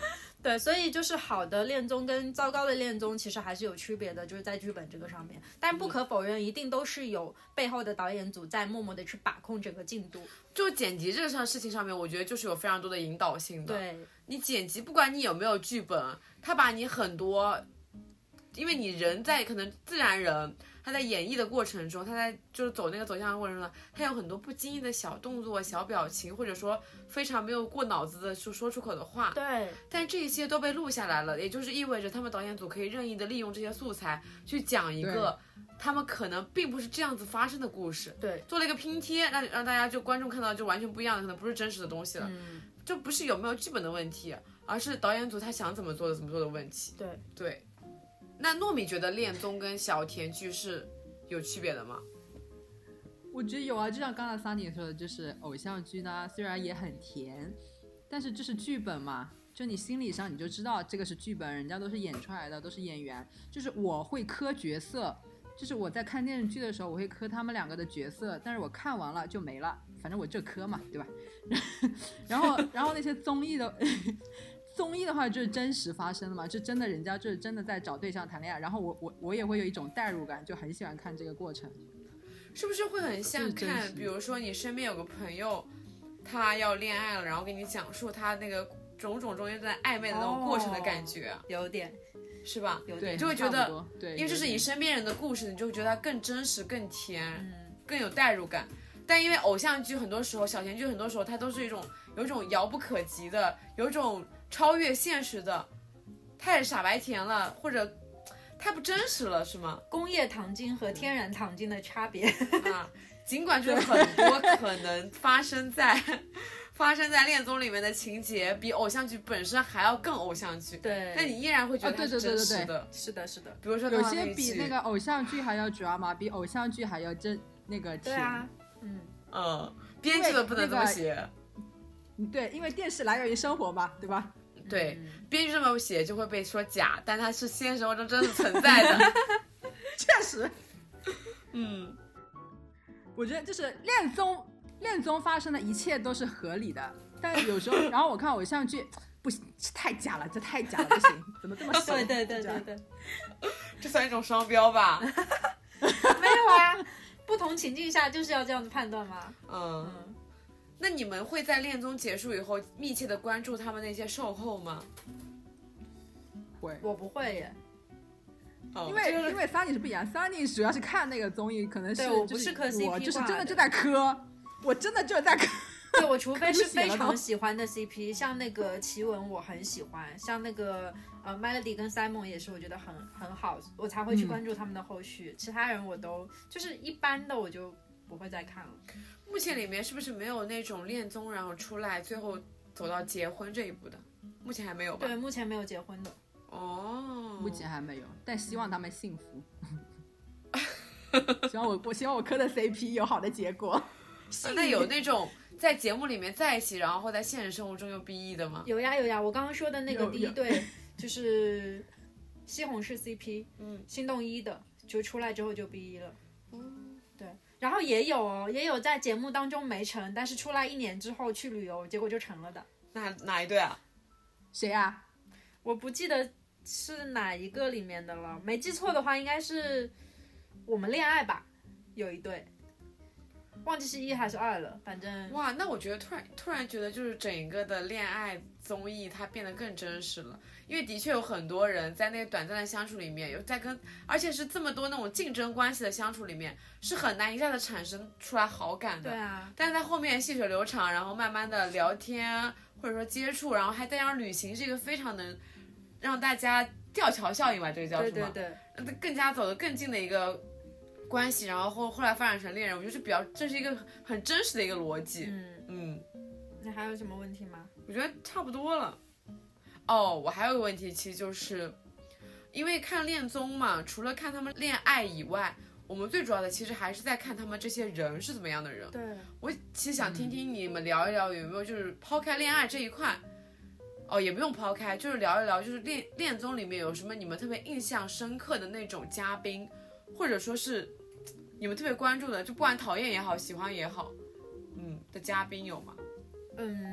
[SPEAKER 2] 对，所以就是好的恋综跟糟糕的恋综其实还是有区别的，就是在剧本这个上面。但不可否认，一定都是有背后的导演组在默默的去把控整个进度。
[SPEAKER 1] 就剪辑这个事情上面，我觉得就是有非常多的引导性的。
[SPEAKER 2] 对，
[SPEAKER 1] 你剪辑不管你有没有剧本，他把你很多，因为你人在可能自然人。他在演绎的过程中，他在就是走那个走向的过程中，他有很多不经意的小动作、小表情，或者说非常没有过脑子的就说出口的话。
[SPEAKER 2] 对，
[SPEAKER 1] 但这些都被录下来了，也就是意味着他们导演组可以任意的利用这些素材去讲一个他们可能并不是这样子发生的故事。
[SPEAKER 2] 对，
[SPEAKER 1] 做了一个拼贴，让大家就观众看到就完全不一样的，可能不是真实的东西了。就不是有没有剧本的问题，而是导演组他想怎么做的问题。对。那糯米觉得恋综跟小甜剧是有区别的吗？
[SPEAKER 3] 我觉得有啊，就像刚才 Sunny 说的，就是偶像剧呢，虽然也很甜，但是这是剧本嘛，就你心理上你就知道这个是剧本，人家都是演出来的，都是演员。就是我会磕角色，就是我在看电视剧的时候，我会磕他们两个的角色，但是我看完了就没了，反正我这磕嘛，对吧？然后那些综艺的。综艺的话就是真实发生的嘛，就真的人家就是真的在找对象谈恋爱，然后我也会有一种代入感，就很喜欢看这个过程。
[SPEAKER 1] 是不是会很像看，比如说你身边有个朋友，他要恋爱了，然后给你讲述他那个种种中间在暧昧的那种过程的感觉，
[SPEAKER 2] 有点，
[SPEAKER 1] 是吧？
[SPEAKER 2] 有点，
[SPEAKER 1] 就会觉得，
[SPEAKER 3] 对，
[SPEAKER 1] 因为这是你身边人的故事，你就会觉得它更真实、更甜、更有代入感。但因为偶像剧很多时候，小甜剧很多时候，它都是有一种遥不可及的，有一种超越现实的，太傻白甜了，或者太不真实了，是吗？
[SPEAKER 2] 工业糖精和天然糖精的差别
[SPEAKER 1] 啊，尽管就是很多可能发生在恋综里面的情节比偶像剧本身还要更偶像剧，
[SPEAKER 2] 对，
[SPEAKER 1] 但你依然会觉得它是真实的。
[SPEAKER 2] 是的，是的。
[SPEAKER 1] 比如说
[SPEAKER 3] 有些比那个偶像剧还要drama，比偶像剧还要那个甜。
[SPEAKER 2] 对啊，
[SPEAKER 1] 编剧的不能这么写。
[SPEAKER 3] 对，因为电视来源于生活嘛，对吧？
[SPEAKER 1] 对，编剧这么写就会被说假，但它是现实生活中真的存在的。
[SPEAKER 3] 确实。我觉得就是恋综发生的一切都是合理的，但有时候，然后我看偶像剧，不行，太假了，这太假了，不行，怎么这么熟？
[SPEAKER 2] 对，
[SPEAKER 1] 这算一种双标吧？
[SPEAKER 2] 没有啊，不同情境下就是要这样子判断嘛。
[SPEAKER 1] 那你们会在恋综结束以后密切的关注他们那些售后吗？
[SPEAKER 3] 会，
[SPEAKER 2] 我不会耶。
[SPEAKER 3] 因为 Sunny 是不一样 ，Sunny 主要是看那个综艺，可能是
[SPEAKER 2] 我不是磕 CP
[SPEAKER 3] 我就是真的就在磕，我真的就在磕。
[SPEAKER 2] 对，我除非是非常喜欢的 CP， 像那个奇文我很喜欢，像那个Melody 跟 Simon 也是，我觉得很好，我才会去关注他们的后续。其他人我都就是一般的，我就不会再看了。
[SPEAKER 1] 目前里面是不是没有那种恋综然后出来最后走到结婚这一步的？目前还没有吧？
[SPEAKER 2] 对，目前没有结婚的。
[SPEAKER 3] 目前还没有，但希望他们幸福。希望我磕的 CP 有好的结果。
[SPEAKER 1] 那有那种在节目里面在一起，然后在现实生活中又 BE 的吗？
[SPEAKER 2] 有呀，我刚刚说的那个第一对就是西红柿 CP，心动一的，就出来之后就 BE 了。对，然后也有在节目当中没成，但是出来1年之后去旅游，结果就成了的。
[SPEAKER 1] 哪一对啊？
[SPEAKER 3] 谁啊？
[SPEAKER 2] 我不记得是哪一个里面的了，没记错的话应该是我们恋爱吧，有一对，忘记是1还是2了，反正。
[SPEAKER 1] 哇，那我觉得突然觉得就是整个的恋爱综艺它变得更真实了，因为的确有很多人在那个短暂的相处里面有在而且是这么多那种竞争关系的相处里面是很难一下子产生出来好感的。
[SPEAKER 2] 对啊。
[SPEAKER 1] 但是在后面细水流长，然后慢慢的聊天或者说接触，然后还带上旅行，是一个非常能让大家吊桥效应吧，这个叫什么？
[SPEAKER 2] 对，
[SPEAKER 1] 更加走得更近的一个关系，然后后来发展成恋人，我觉得这是一个很真实的一个逻辑。
[SPEAKER 2] 那还有什么问题吗？
[SPEAKER 1] 我觉得差不多了。我还有个问题，其实就是因为看恋综嘛，除了看他们恋爱以外，我们最主要的其实还是在看他们这些人是怎么样的人。
[SPEAKER 2] 对，
[SPEAKER 1] 我其实想听听你们聊一聊，有没有就是抛开恋爱这一块，也不用抛开，就是聊一聊，就是恋综里面有什么你们特别印象深刻的那种嘉宾，或者说是你们特别关注的，就不管讨厌也好，喜欢也好，的嘉宾有吗？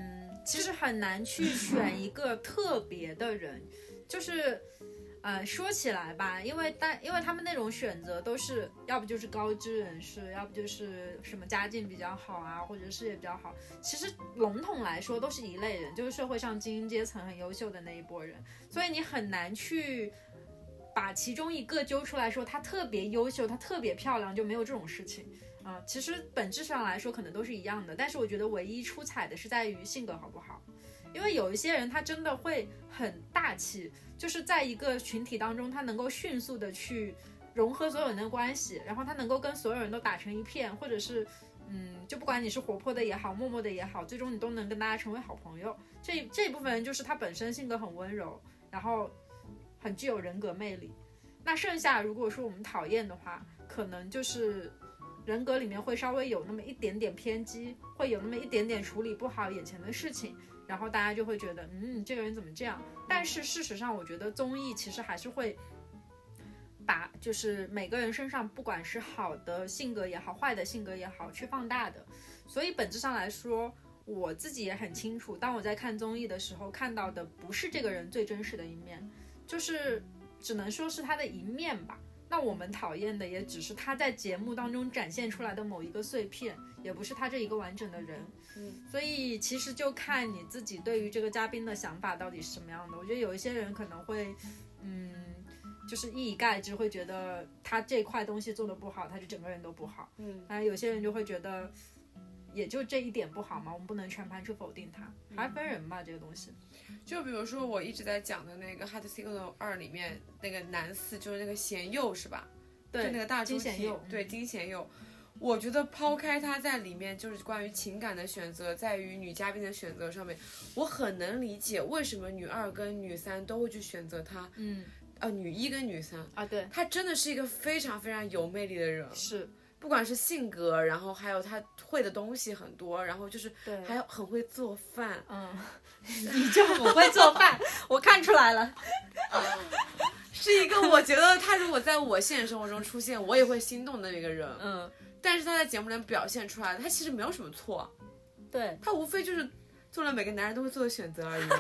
[SPEAKER 2] 其实很难去选一个特别的人，就是说起来吧，因为他们那种选择都是要不就是高知人士，要不就是什么家境比较好啊，或者事业比较好。其实笼统来说都是一类人，就是社会上精英阶层很优秀的那一波人，所以你很难去把其中一个揪出来说他特别优秀，他特别漂亮，就没有这种事情。其实本质上来说可能都是一样的，但是我觉得唯一出彩的是在于性格好不好。因为有一些人他真的会很大气，就是在一个群体当中他能够迅速的去融合所有人的关系，然后他能够跟所有人都打成一片，或者是就不管你是活泼的也好，默默的也好，最终你都能跟大家成为好朋友。这一部分人就是他本身性格很温柔，然后很具有人格魅力。那剩下如果说我们讨厌的话，可能就是人格里面会稍微有那么一点点偏激，会有那么一点点处理不好眼前的事情，然后大家就会觉得这个人怎么这样。但是事实上我觉得综艺其实还是会把就是每个人身上不管是好的性格也好，坏的性格也好去放大的。所以本质上来说我自己也很清楚，当我在看综艺的时候看到的不是这个人最真实的一面，就是只能说是他的一面吧。那我们讨厌的也只是他在节目当中展现出来的某一个碎片，也不是他这一个完整的人。所以其实就看你自己对于这个嘉宾的想法到底是什么样的。我觉得有一些人可能会就是一以概之，会觉得他这块东西做得不好，他就整个人都不好。有些人就会觉得也就这一点不好嘛，我们不能全盘去否定他，还分人吧，这个东西。
[SPEAKER 1] 就比如说我一直在讲的那个《Hot Signal 2》里面那个男四，就是那个贤佑是吧？
[SPEAKER 2] 对，
[SPEAKER 1] 就那个大猪蹄，对，金贤佑。我觉得抛开他在里面就是关于情感的选择，在于女嘉宾的选择上面，我很能理解为什么女2跟女3都会去选择他。女1跟女3
[SPEAKER 2] 啊，对，
[SPEAKER 1] 他真的是一个非常非常有魅力的人，
[SPEAKER 2] 是。
[SPEAKER 1] 不管是性格，然后还有他会的东西很多，然后就是还有很会做饭。
[SPEAKER 2] 你就很会做饭，我看出来了。
[SPEAKER 1] 是一个我觉得他如果在我现实生活中出现，我也会心动的那个人。但是他在节目里表现出来的，他其实没有什么错。
[SPEAKER 2] 对，
[SPEAKER 1] 他无非就是做了每个男人都会做的选择而已嘛。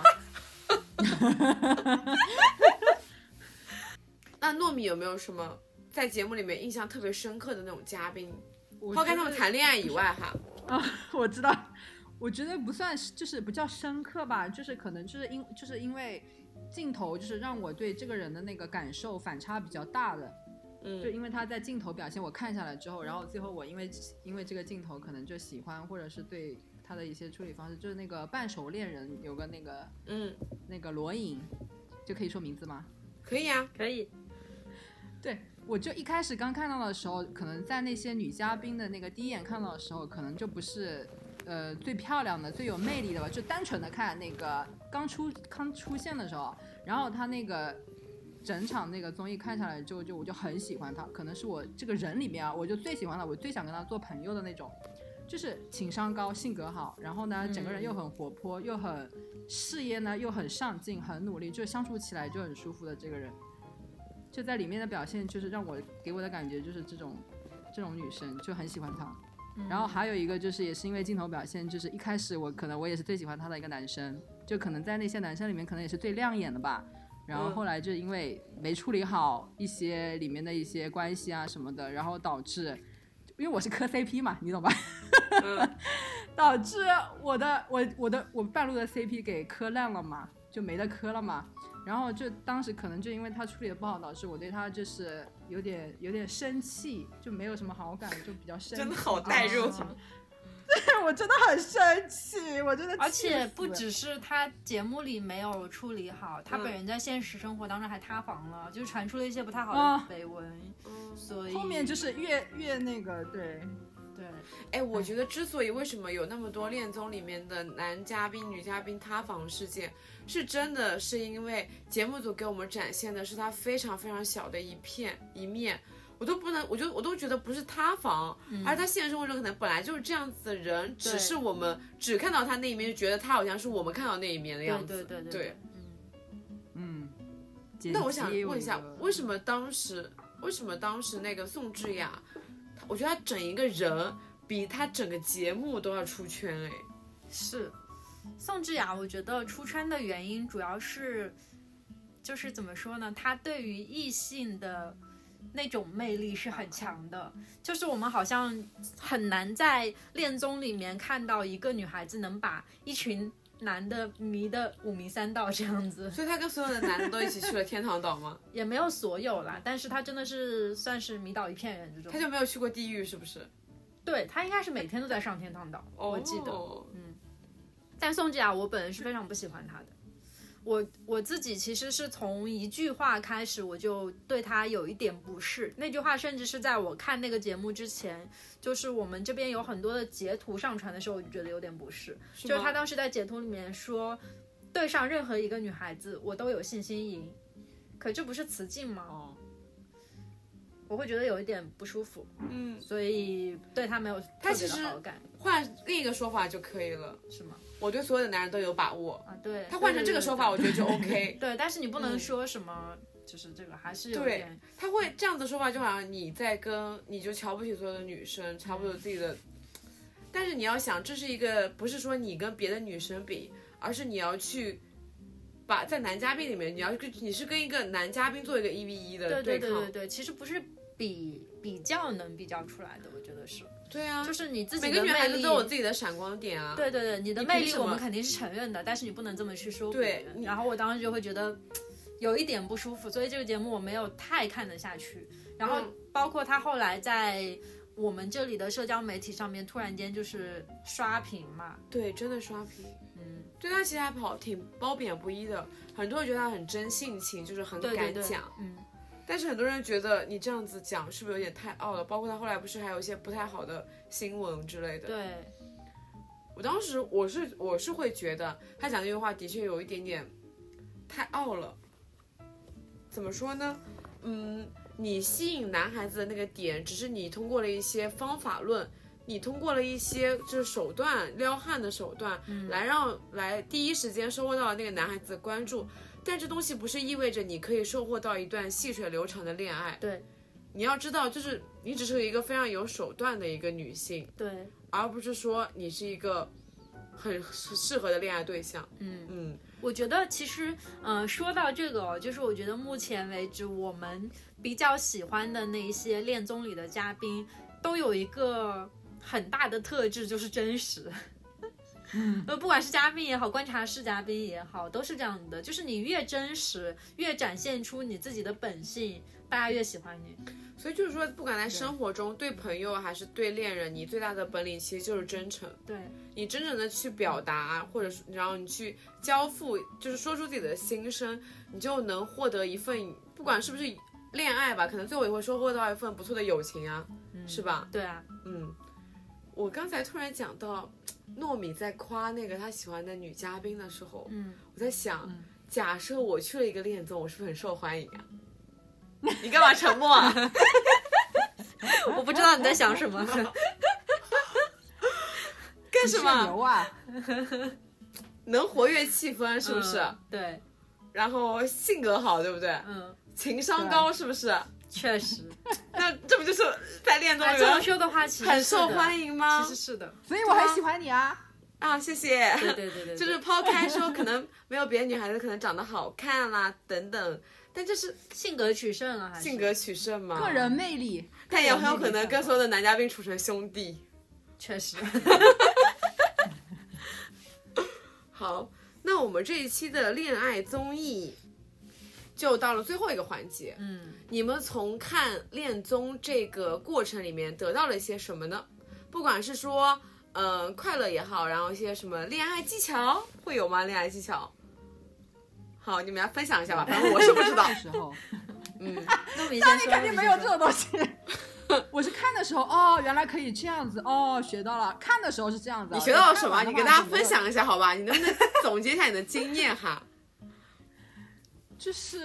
[SPEAKER 1] 那糯米有没有什么在节目里面印象特别深刻的那种嘉宾？抛开他们谈恋爱以外哈。
[SPEAKER 3] 我知道，我觉得不算是，就是不叫深刻吧，就是可能就是因为镜头就是让我对这个人的那个感受反差比较大的。就因为他在镜头表现我看下来之后，然后最后我因为这个镜头可能就喜欢，或者是对他的一些处理方式，就是那个半熟恋人有个那个罗颖，就可以说名字吗？
[SPEAKER 1] 可以啊，
[SPEAKER 2] 可以。
[SPEAKER 3] 对，我就一开始刚看到的时候，可能在那些女嘉宾的那个第一眼看到的时候，可能就不是最漂亮的、最有魅力的吧，就单纯的看那个刚出现的时候，然后他那个整场那个综艺看下来之后，我就很喜欢他，可能是我这个人里面啊，我就最喜欢他，我最想跟他做朋友的那种，就是情商高、性格好，然后呢整个人又很活泼，又很事业呢又很上进、很努力，就相处起来就很舒服的这个人。就在里面的表现就是给我的感觉就是这种女生就很喜欢她。然后还有一个就是也是因为镜头表现，就是一开始我也是最喜欢她的一个男生，就可能在那些男生里面可能也是最亮眼的吧。然后后来就因为没处理好一些里面的一些关系啊什么的，然后导致因为我是磕 CP 嘛，你懂吧？导致我半路的 CP 给磕烂了嘛，就没得磕了嘛。然后就当时可能就因为他处理的不好，导致我对他就是有点生气，就没有什么好感，就比较生气。
[SPEAKER 1] 真的好带入。
[SPEAKER 4] 对，我真的很生气，我真的。
[SPEAKER 2] 而且不只是他节目里没有处理好，他本人在现实生活当中还塌房了，就传出了一些不太好的绯闻，所以
[SPEAKER 3] 后面就是越那个对。
[SPEAKER 1] 哎，我觉得为什么有那么多恋综里面的男嘉宾、女嘉宾塌房事件，是真的是因为节目组给我们展现的是他非常非常小的一面，我都觉得不是塌房，而他现实生活中可能本来就是这样子的人，只是我们只看到他那一面，就觉得他好像是我们看到那一面的样子。对。那我想问一下，为什么当时那个宋智雅，我觉得他整一个人比他整个节目都要出圈哎。
[SPEAKER 2] 是， 宋智雅，我觉得出圈的原因主要是，就是怎么说呢？她对于异性的那种魅力是很强的，就是我们好像很难在恋综里面看到一个女孩子能把一群男的迷的五迷三道这样子。
[SPEAKER 1] 所以她跟所有的男的都一起去了天堂岛吗？
[SPEAKER 2] 也没有所有啦，但是她真的是算是迷倒一片人这种。
[SPEAKER 1] 她就没有去过地狱是不是？
[SPEAKER 2] 对，她应该是每天都在上天堂岛，我记得。但宋智雅我本人是非常不喜欢她的。我自己其实是从一句话开始，我就对她有一点不适。那句话甚至是在我看那个节目之前，就是我们这边有很多的截图上传的时候，我就觉得有点不适。就是她当时在截图里面说，对上任何一个女孩子，我都有信心赢。可这不是雌竞吗？我会觉得有一点不舒服。所以对她没有特别的好感。
[SPEAKER 1] 换另一个说法就可以了，
[SPEAKER 2] 是吗？
[SPEAKER 1] 我对所有的男人都有把握
[SPEAKER 2] 啊，对，
[SPEAKER 1] 他换成这个说法，我觉得就 OK。
[SPEAKER 2] 对，但是你不能说什么，就是这个还是有点。
[SPEAKER 1] 他会这样子说法，就好像你在跟你就瞧不起所有的女生，瞧不起自己的。但是你要想，这是一个不是说你跟别的女生比，而是你要去把在男嘉宾里面，你是跟一个男嘉宾做一个1v1的对抗。
[SPEAKER 2] 对，其实不是比较能比较出来的，我觉得是。
[SPEAKER 1] 对啊，
[SPEAKER 2] 就是你自己的
[SPEAKER 1] 每个女孩子都有自己的闪光点啊。
[SPEAKER 2] 对，你的魅力我们肯定是承认的，但是你不能这么去说别人。然后我当时就会觉得有一点不舒服，所以这个节目我没有太看得下去。然后包括他后来在我们这里的社交媒体上面突然间就是刷屏嘛。
[SPEAKER 1] 对，真的刷屏。对他其实还挺褒贬不一的，很多人觉得他很真性情，就是很敢讲。但是很多人觉得你这样子讲是不是有点太傲了？包括他后来不是还有一些不太好的新闻之类的。
[SPEAKER 2] 对，
[SPEAKER 1] 我当时我是会觉得他讲这句话的确有一点点太傲了。怎么说呢？你吸引男孩子的那个点，只是你通过了一些方法论，你通过了一些就是手段，撩汉的手段，来第一时间收获到那个男孩子的关注。但这东西不是意味着你可以收获到一段细水流长的恋爱。
[SPEAKER 2] 对，
[SPEAKER 1] 你要知道，就是你只是一个非常有手段的一个女性，
[SPEAKER 2] 对，
[SPEAKER 1] 而不是说你是一个很适合的恋爱对象。
[SPEAKER 2] 我觉得其实，说到这个，就是我觉得目前为止我们比较喜欢的那些恋综里的嘉宾，都有一个很大的特质，就是真实。不管是嘉宾也好，观察室嘉宾也好，都是这样的，就是你越真实，越展现出你自己的本性，大家越喜欢你。
[SPEAKER 1] 所以就是说，不管在生活中对朋友还是对恋人，你最大的本领其实就是真诚。
[SPEAKER 2] 对，
[SPEAKER 1] 你真正的去表达，或者然后你去交付，就是说出自己的心声，你就能获得一份，不管是不是恋爱吧，可能最后也会收获到一份不错的友情啊，是吧？
[SPEAKER 2] 对啊，
[SPEAKER 1] 我刚才突然讲到糯米在夸那个他喜欢的女嘉宾的时候，我在想，假设我去了一个恋综，我是不是很受欢迎啊？你干嘛沉默啊？
[SPEAKER 2] 我不知道你在想什么。
[SPEAKER 1] 干什么？
[SPEAKER 3] 牛啊！
[SPEAKER 1] 能活跃气氛是不是？
[SPEAKER 2] 对。
[SPEAKER 1] 然后性格好，对不对？情商高是不是？
[SPEAKER 2] 确实。
[SPEAKER 1] 那这不就是在恋综里
[SPEAKER 2] 这么说的话，其实
[SPEAKER 1] 很受欢迎吗？
[SPEAKER 2] 其实是的。
[SPEAKER 3] 所以我很喜欢你啊！
[SPEAKER 1] 啊，谢谢。
[SPEAKER 2] 对，
[SPEAKER 1] 就是抛开说可能没有别的女孩子可能长得好看啦等等，但这是
[SPEAKER 2] 性格取胜啊，还是
[SPEAKER 1] 性格取胜嘛？
[SPEAKER 3] 个人魅力。
[SPEAKER 1] 但也很有可能跟所有的男嘉宾处成兄弟。
[SPEAKER 2] 确实。
[SPEAKER 1] 好，那我们这一期的恋爱综艺就到了最后一个环节。你们从看恋综这个过程里面得到了一些什么呢？不管是说快乐也好，然后一些什么恋爱技巧会有吗？恋爱技巧？好，你们来分享一下吧，反正我是不知道。
[SPEAKER 3] 时候，
[SPEAKER 2] 那你
[SPEAKER 3] 当你肯定没有这种东西。我是看的时候，原来可以这样子，学到了。看的时候是这样子。
[SPEAKER 1] 你学到了什么？你跟大家分享一下好吧？你能不能总结一下你的经验哈？
[SPEAKER 3] 就是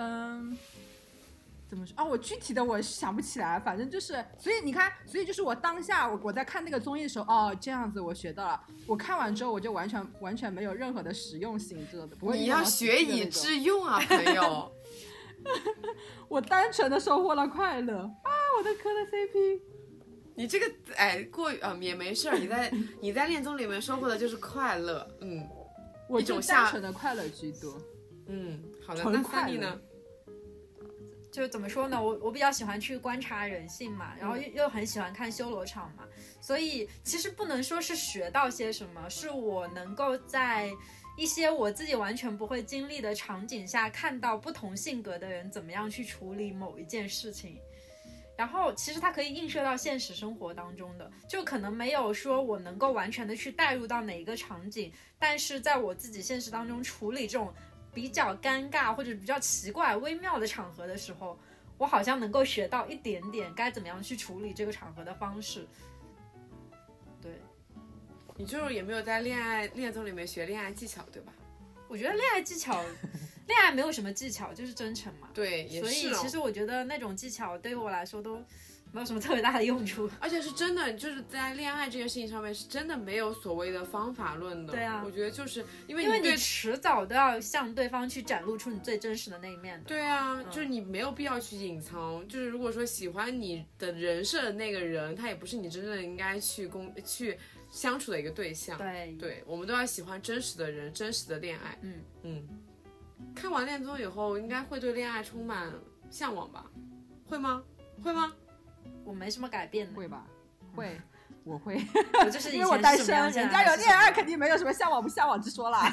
[SPEAKER 3] 怎么说啊？我具体的我想不起来，反正就是，所以你看，所以就是我当下我在看那个综艺的时候，这样子我学到了。我看完之后我就完全没有任何的实用性质的，不会。
[SPEAKER 1] 你要学以致用啊，朋友。
[SPEAKER 3] 我单纯的收获了快乐啊！我的磕了 CP。
[SPEAKER 1] 你这个过于也没事儿，你在恋综里面收获的就是快乐。
[SPEAKER 3] 我就
[SPEAKER 1] 一种下
[SPEAKER 3] 单纯的快乐居多。
[SPEAKER 1] 好的，那
[SPEAKER 3] 纯快乐
[SPEAKER 1] Sunny 呢？
[SPEAKER 2] 就怎么说呢，我比较喜欢去观察人性嘛，然后又很喜欢看修罗场嘛，所以其实不能说是学到些什么，是我能够在一些我自己完全不会经历的场景下，看到不同性格的人怎么样去处理某一件事情。然后其实它可以映射到现实生活当中的，就可能没有说我能够完全的去带入到哪一个场景，但是在我自己现实当中处理这种比较尴尬或者比较奇怪微妙的场合的时候，我好像能够学到一点点该怎么样去处理这个场合的方式。对，
[SPEAKER 1] 你就是也没有在恋综里面学恋爱技巧，对吧？
[SPEAKER 2] 我觉得恋爱技巧，恋爱没有什么技巧，就是真诚嘛。
[SPEAKER 1] 对，也
[SPEAKER 2] 所
[SPEAKER 1] 是
[SPEAKER 2] 以其实我觉得那种技巧对于我来说都没有什么特别大的用处。
[SPEAKER 1] 而且是真的，就是在恋爱这件事情上面，是真的没有所谓的方法论的。
[SPEAKER 2] 对啊
[SPEAKER 1] 我觉得就是因为
[SPEAKER 2] 因为你迟早都要向对方去展露出你最真实的那一面的。
[SPEAKER 1] 对啊，就是你没有必要去隐藏。就是如果说喜欢你的人设的那个人，他也不是你真正应该去相处的一个对象。对，我们都要喜欢真实的人，真实的恋爱。看完恋综以后，应该会对恋爱充满向往吧？会吗？会吗？
[SPEAKER 2] 我没什么改变的。
[SPEAKER 3] 会吧？会，我会。
[SPEAKER 2] 我就是以
[SPEAKER 3] 因为我单身，
[SPEAKER 2] 前是什么样
[SPEAKER 3] 人家有恋爱，肯定没有什么向往不向往之说啦。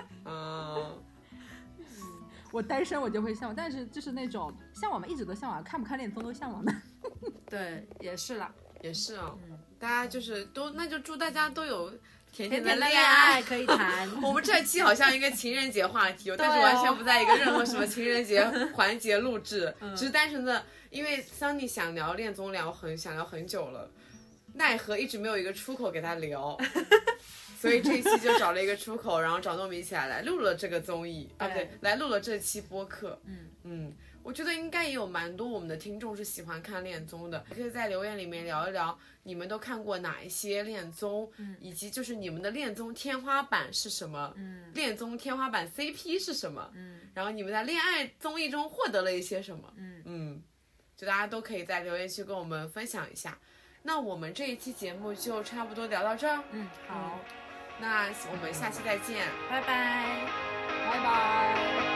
[SPEAKER 3] 我单身我就会向往，但是就是那种向往嘛，一直都向往，看不看恋综都向往的。
[SPEAKER 2] 对，也是啦，
[SPEAKER 1] 也是啊。大家就是那就祝大家都有甜
[SPEAKER 2] 甜
[SPEAKER 1] 的
[SPEAKER 2] 甜的恋爱可以谈。
[SPEAKER 1] 我们这期好像一个情人节话题，但是完全不在一个任何什么情人节环节录制，只是单纯的因为 Sunny 想聊恋综想聊很久了，奈何一直没有一个出口给他聊，所以这一期就找了一个出口，然后找糯米一起来录了这个综艺啊，不对，来录了这期播客。我觉得应该也有蛮多我们的听众是喜欢看恋综的，可以在留言里面聊一聊你们都看过哪一些恋综，以及就是你们的恋综天花板是什么，恋综天花板 CP 是什么，然后你们在恋爱综艺中获得了一些什么，就大家都可以在留言区跟我们分享一下。那我们这一期节目就差不多聊到这儿，
[SPEAKER 2] 好，
[SPEAKER 1] 那我们下期再见，
[SPEAKER 2] 拜拜，
[SPEAKER 3] 拜拜。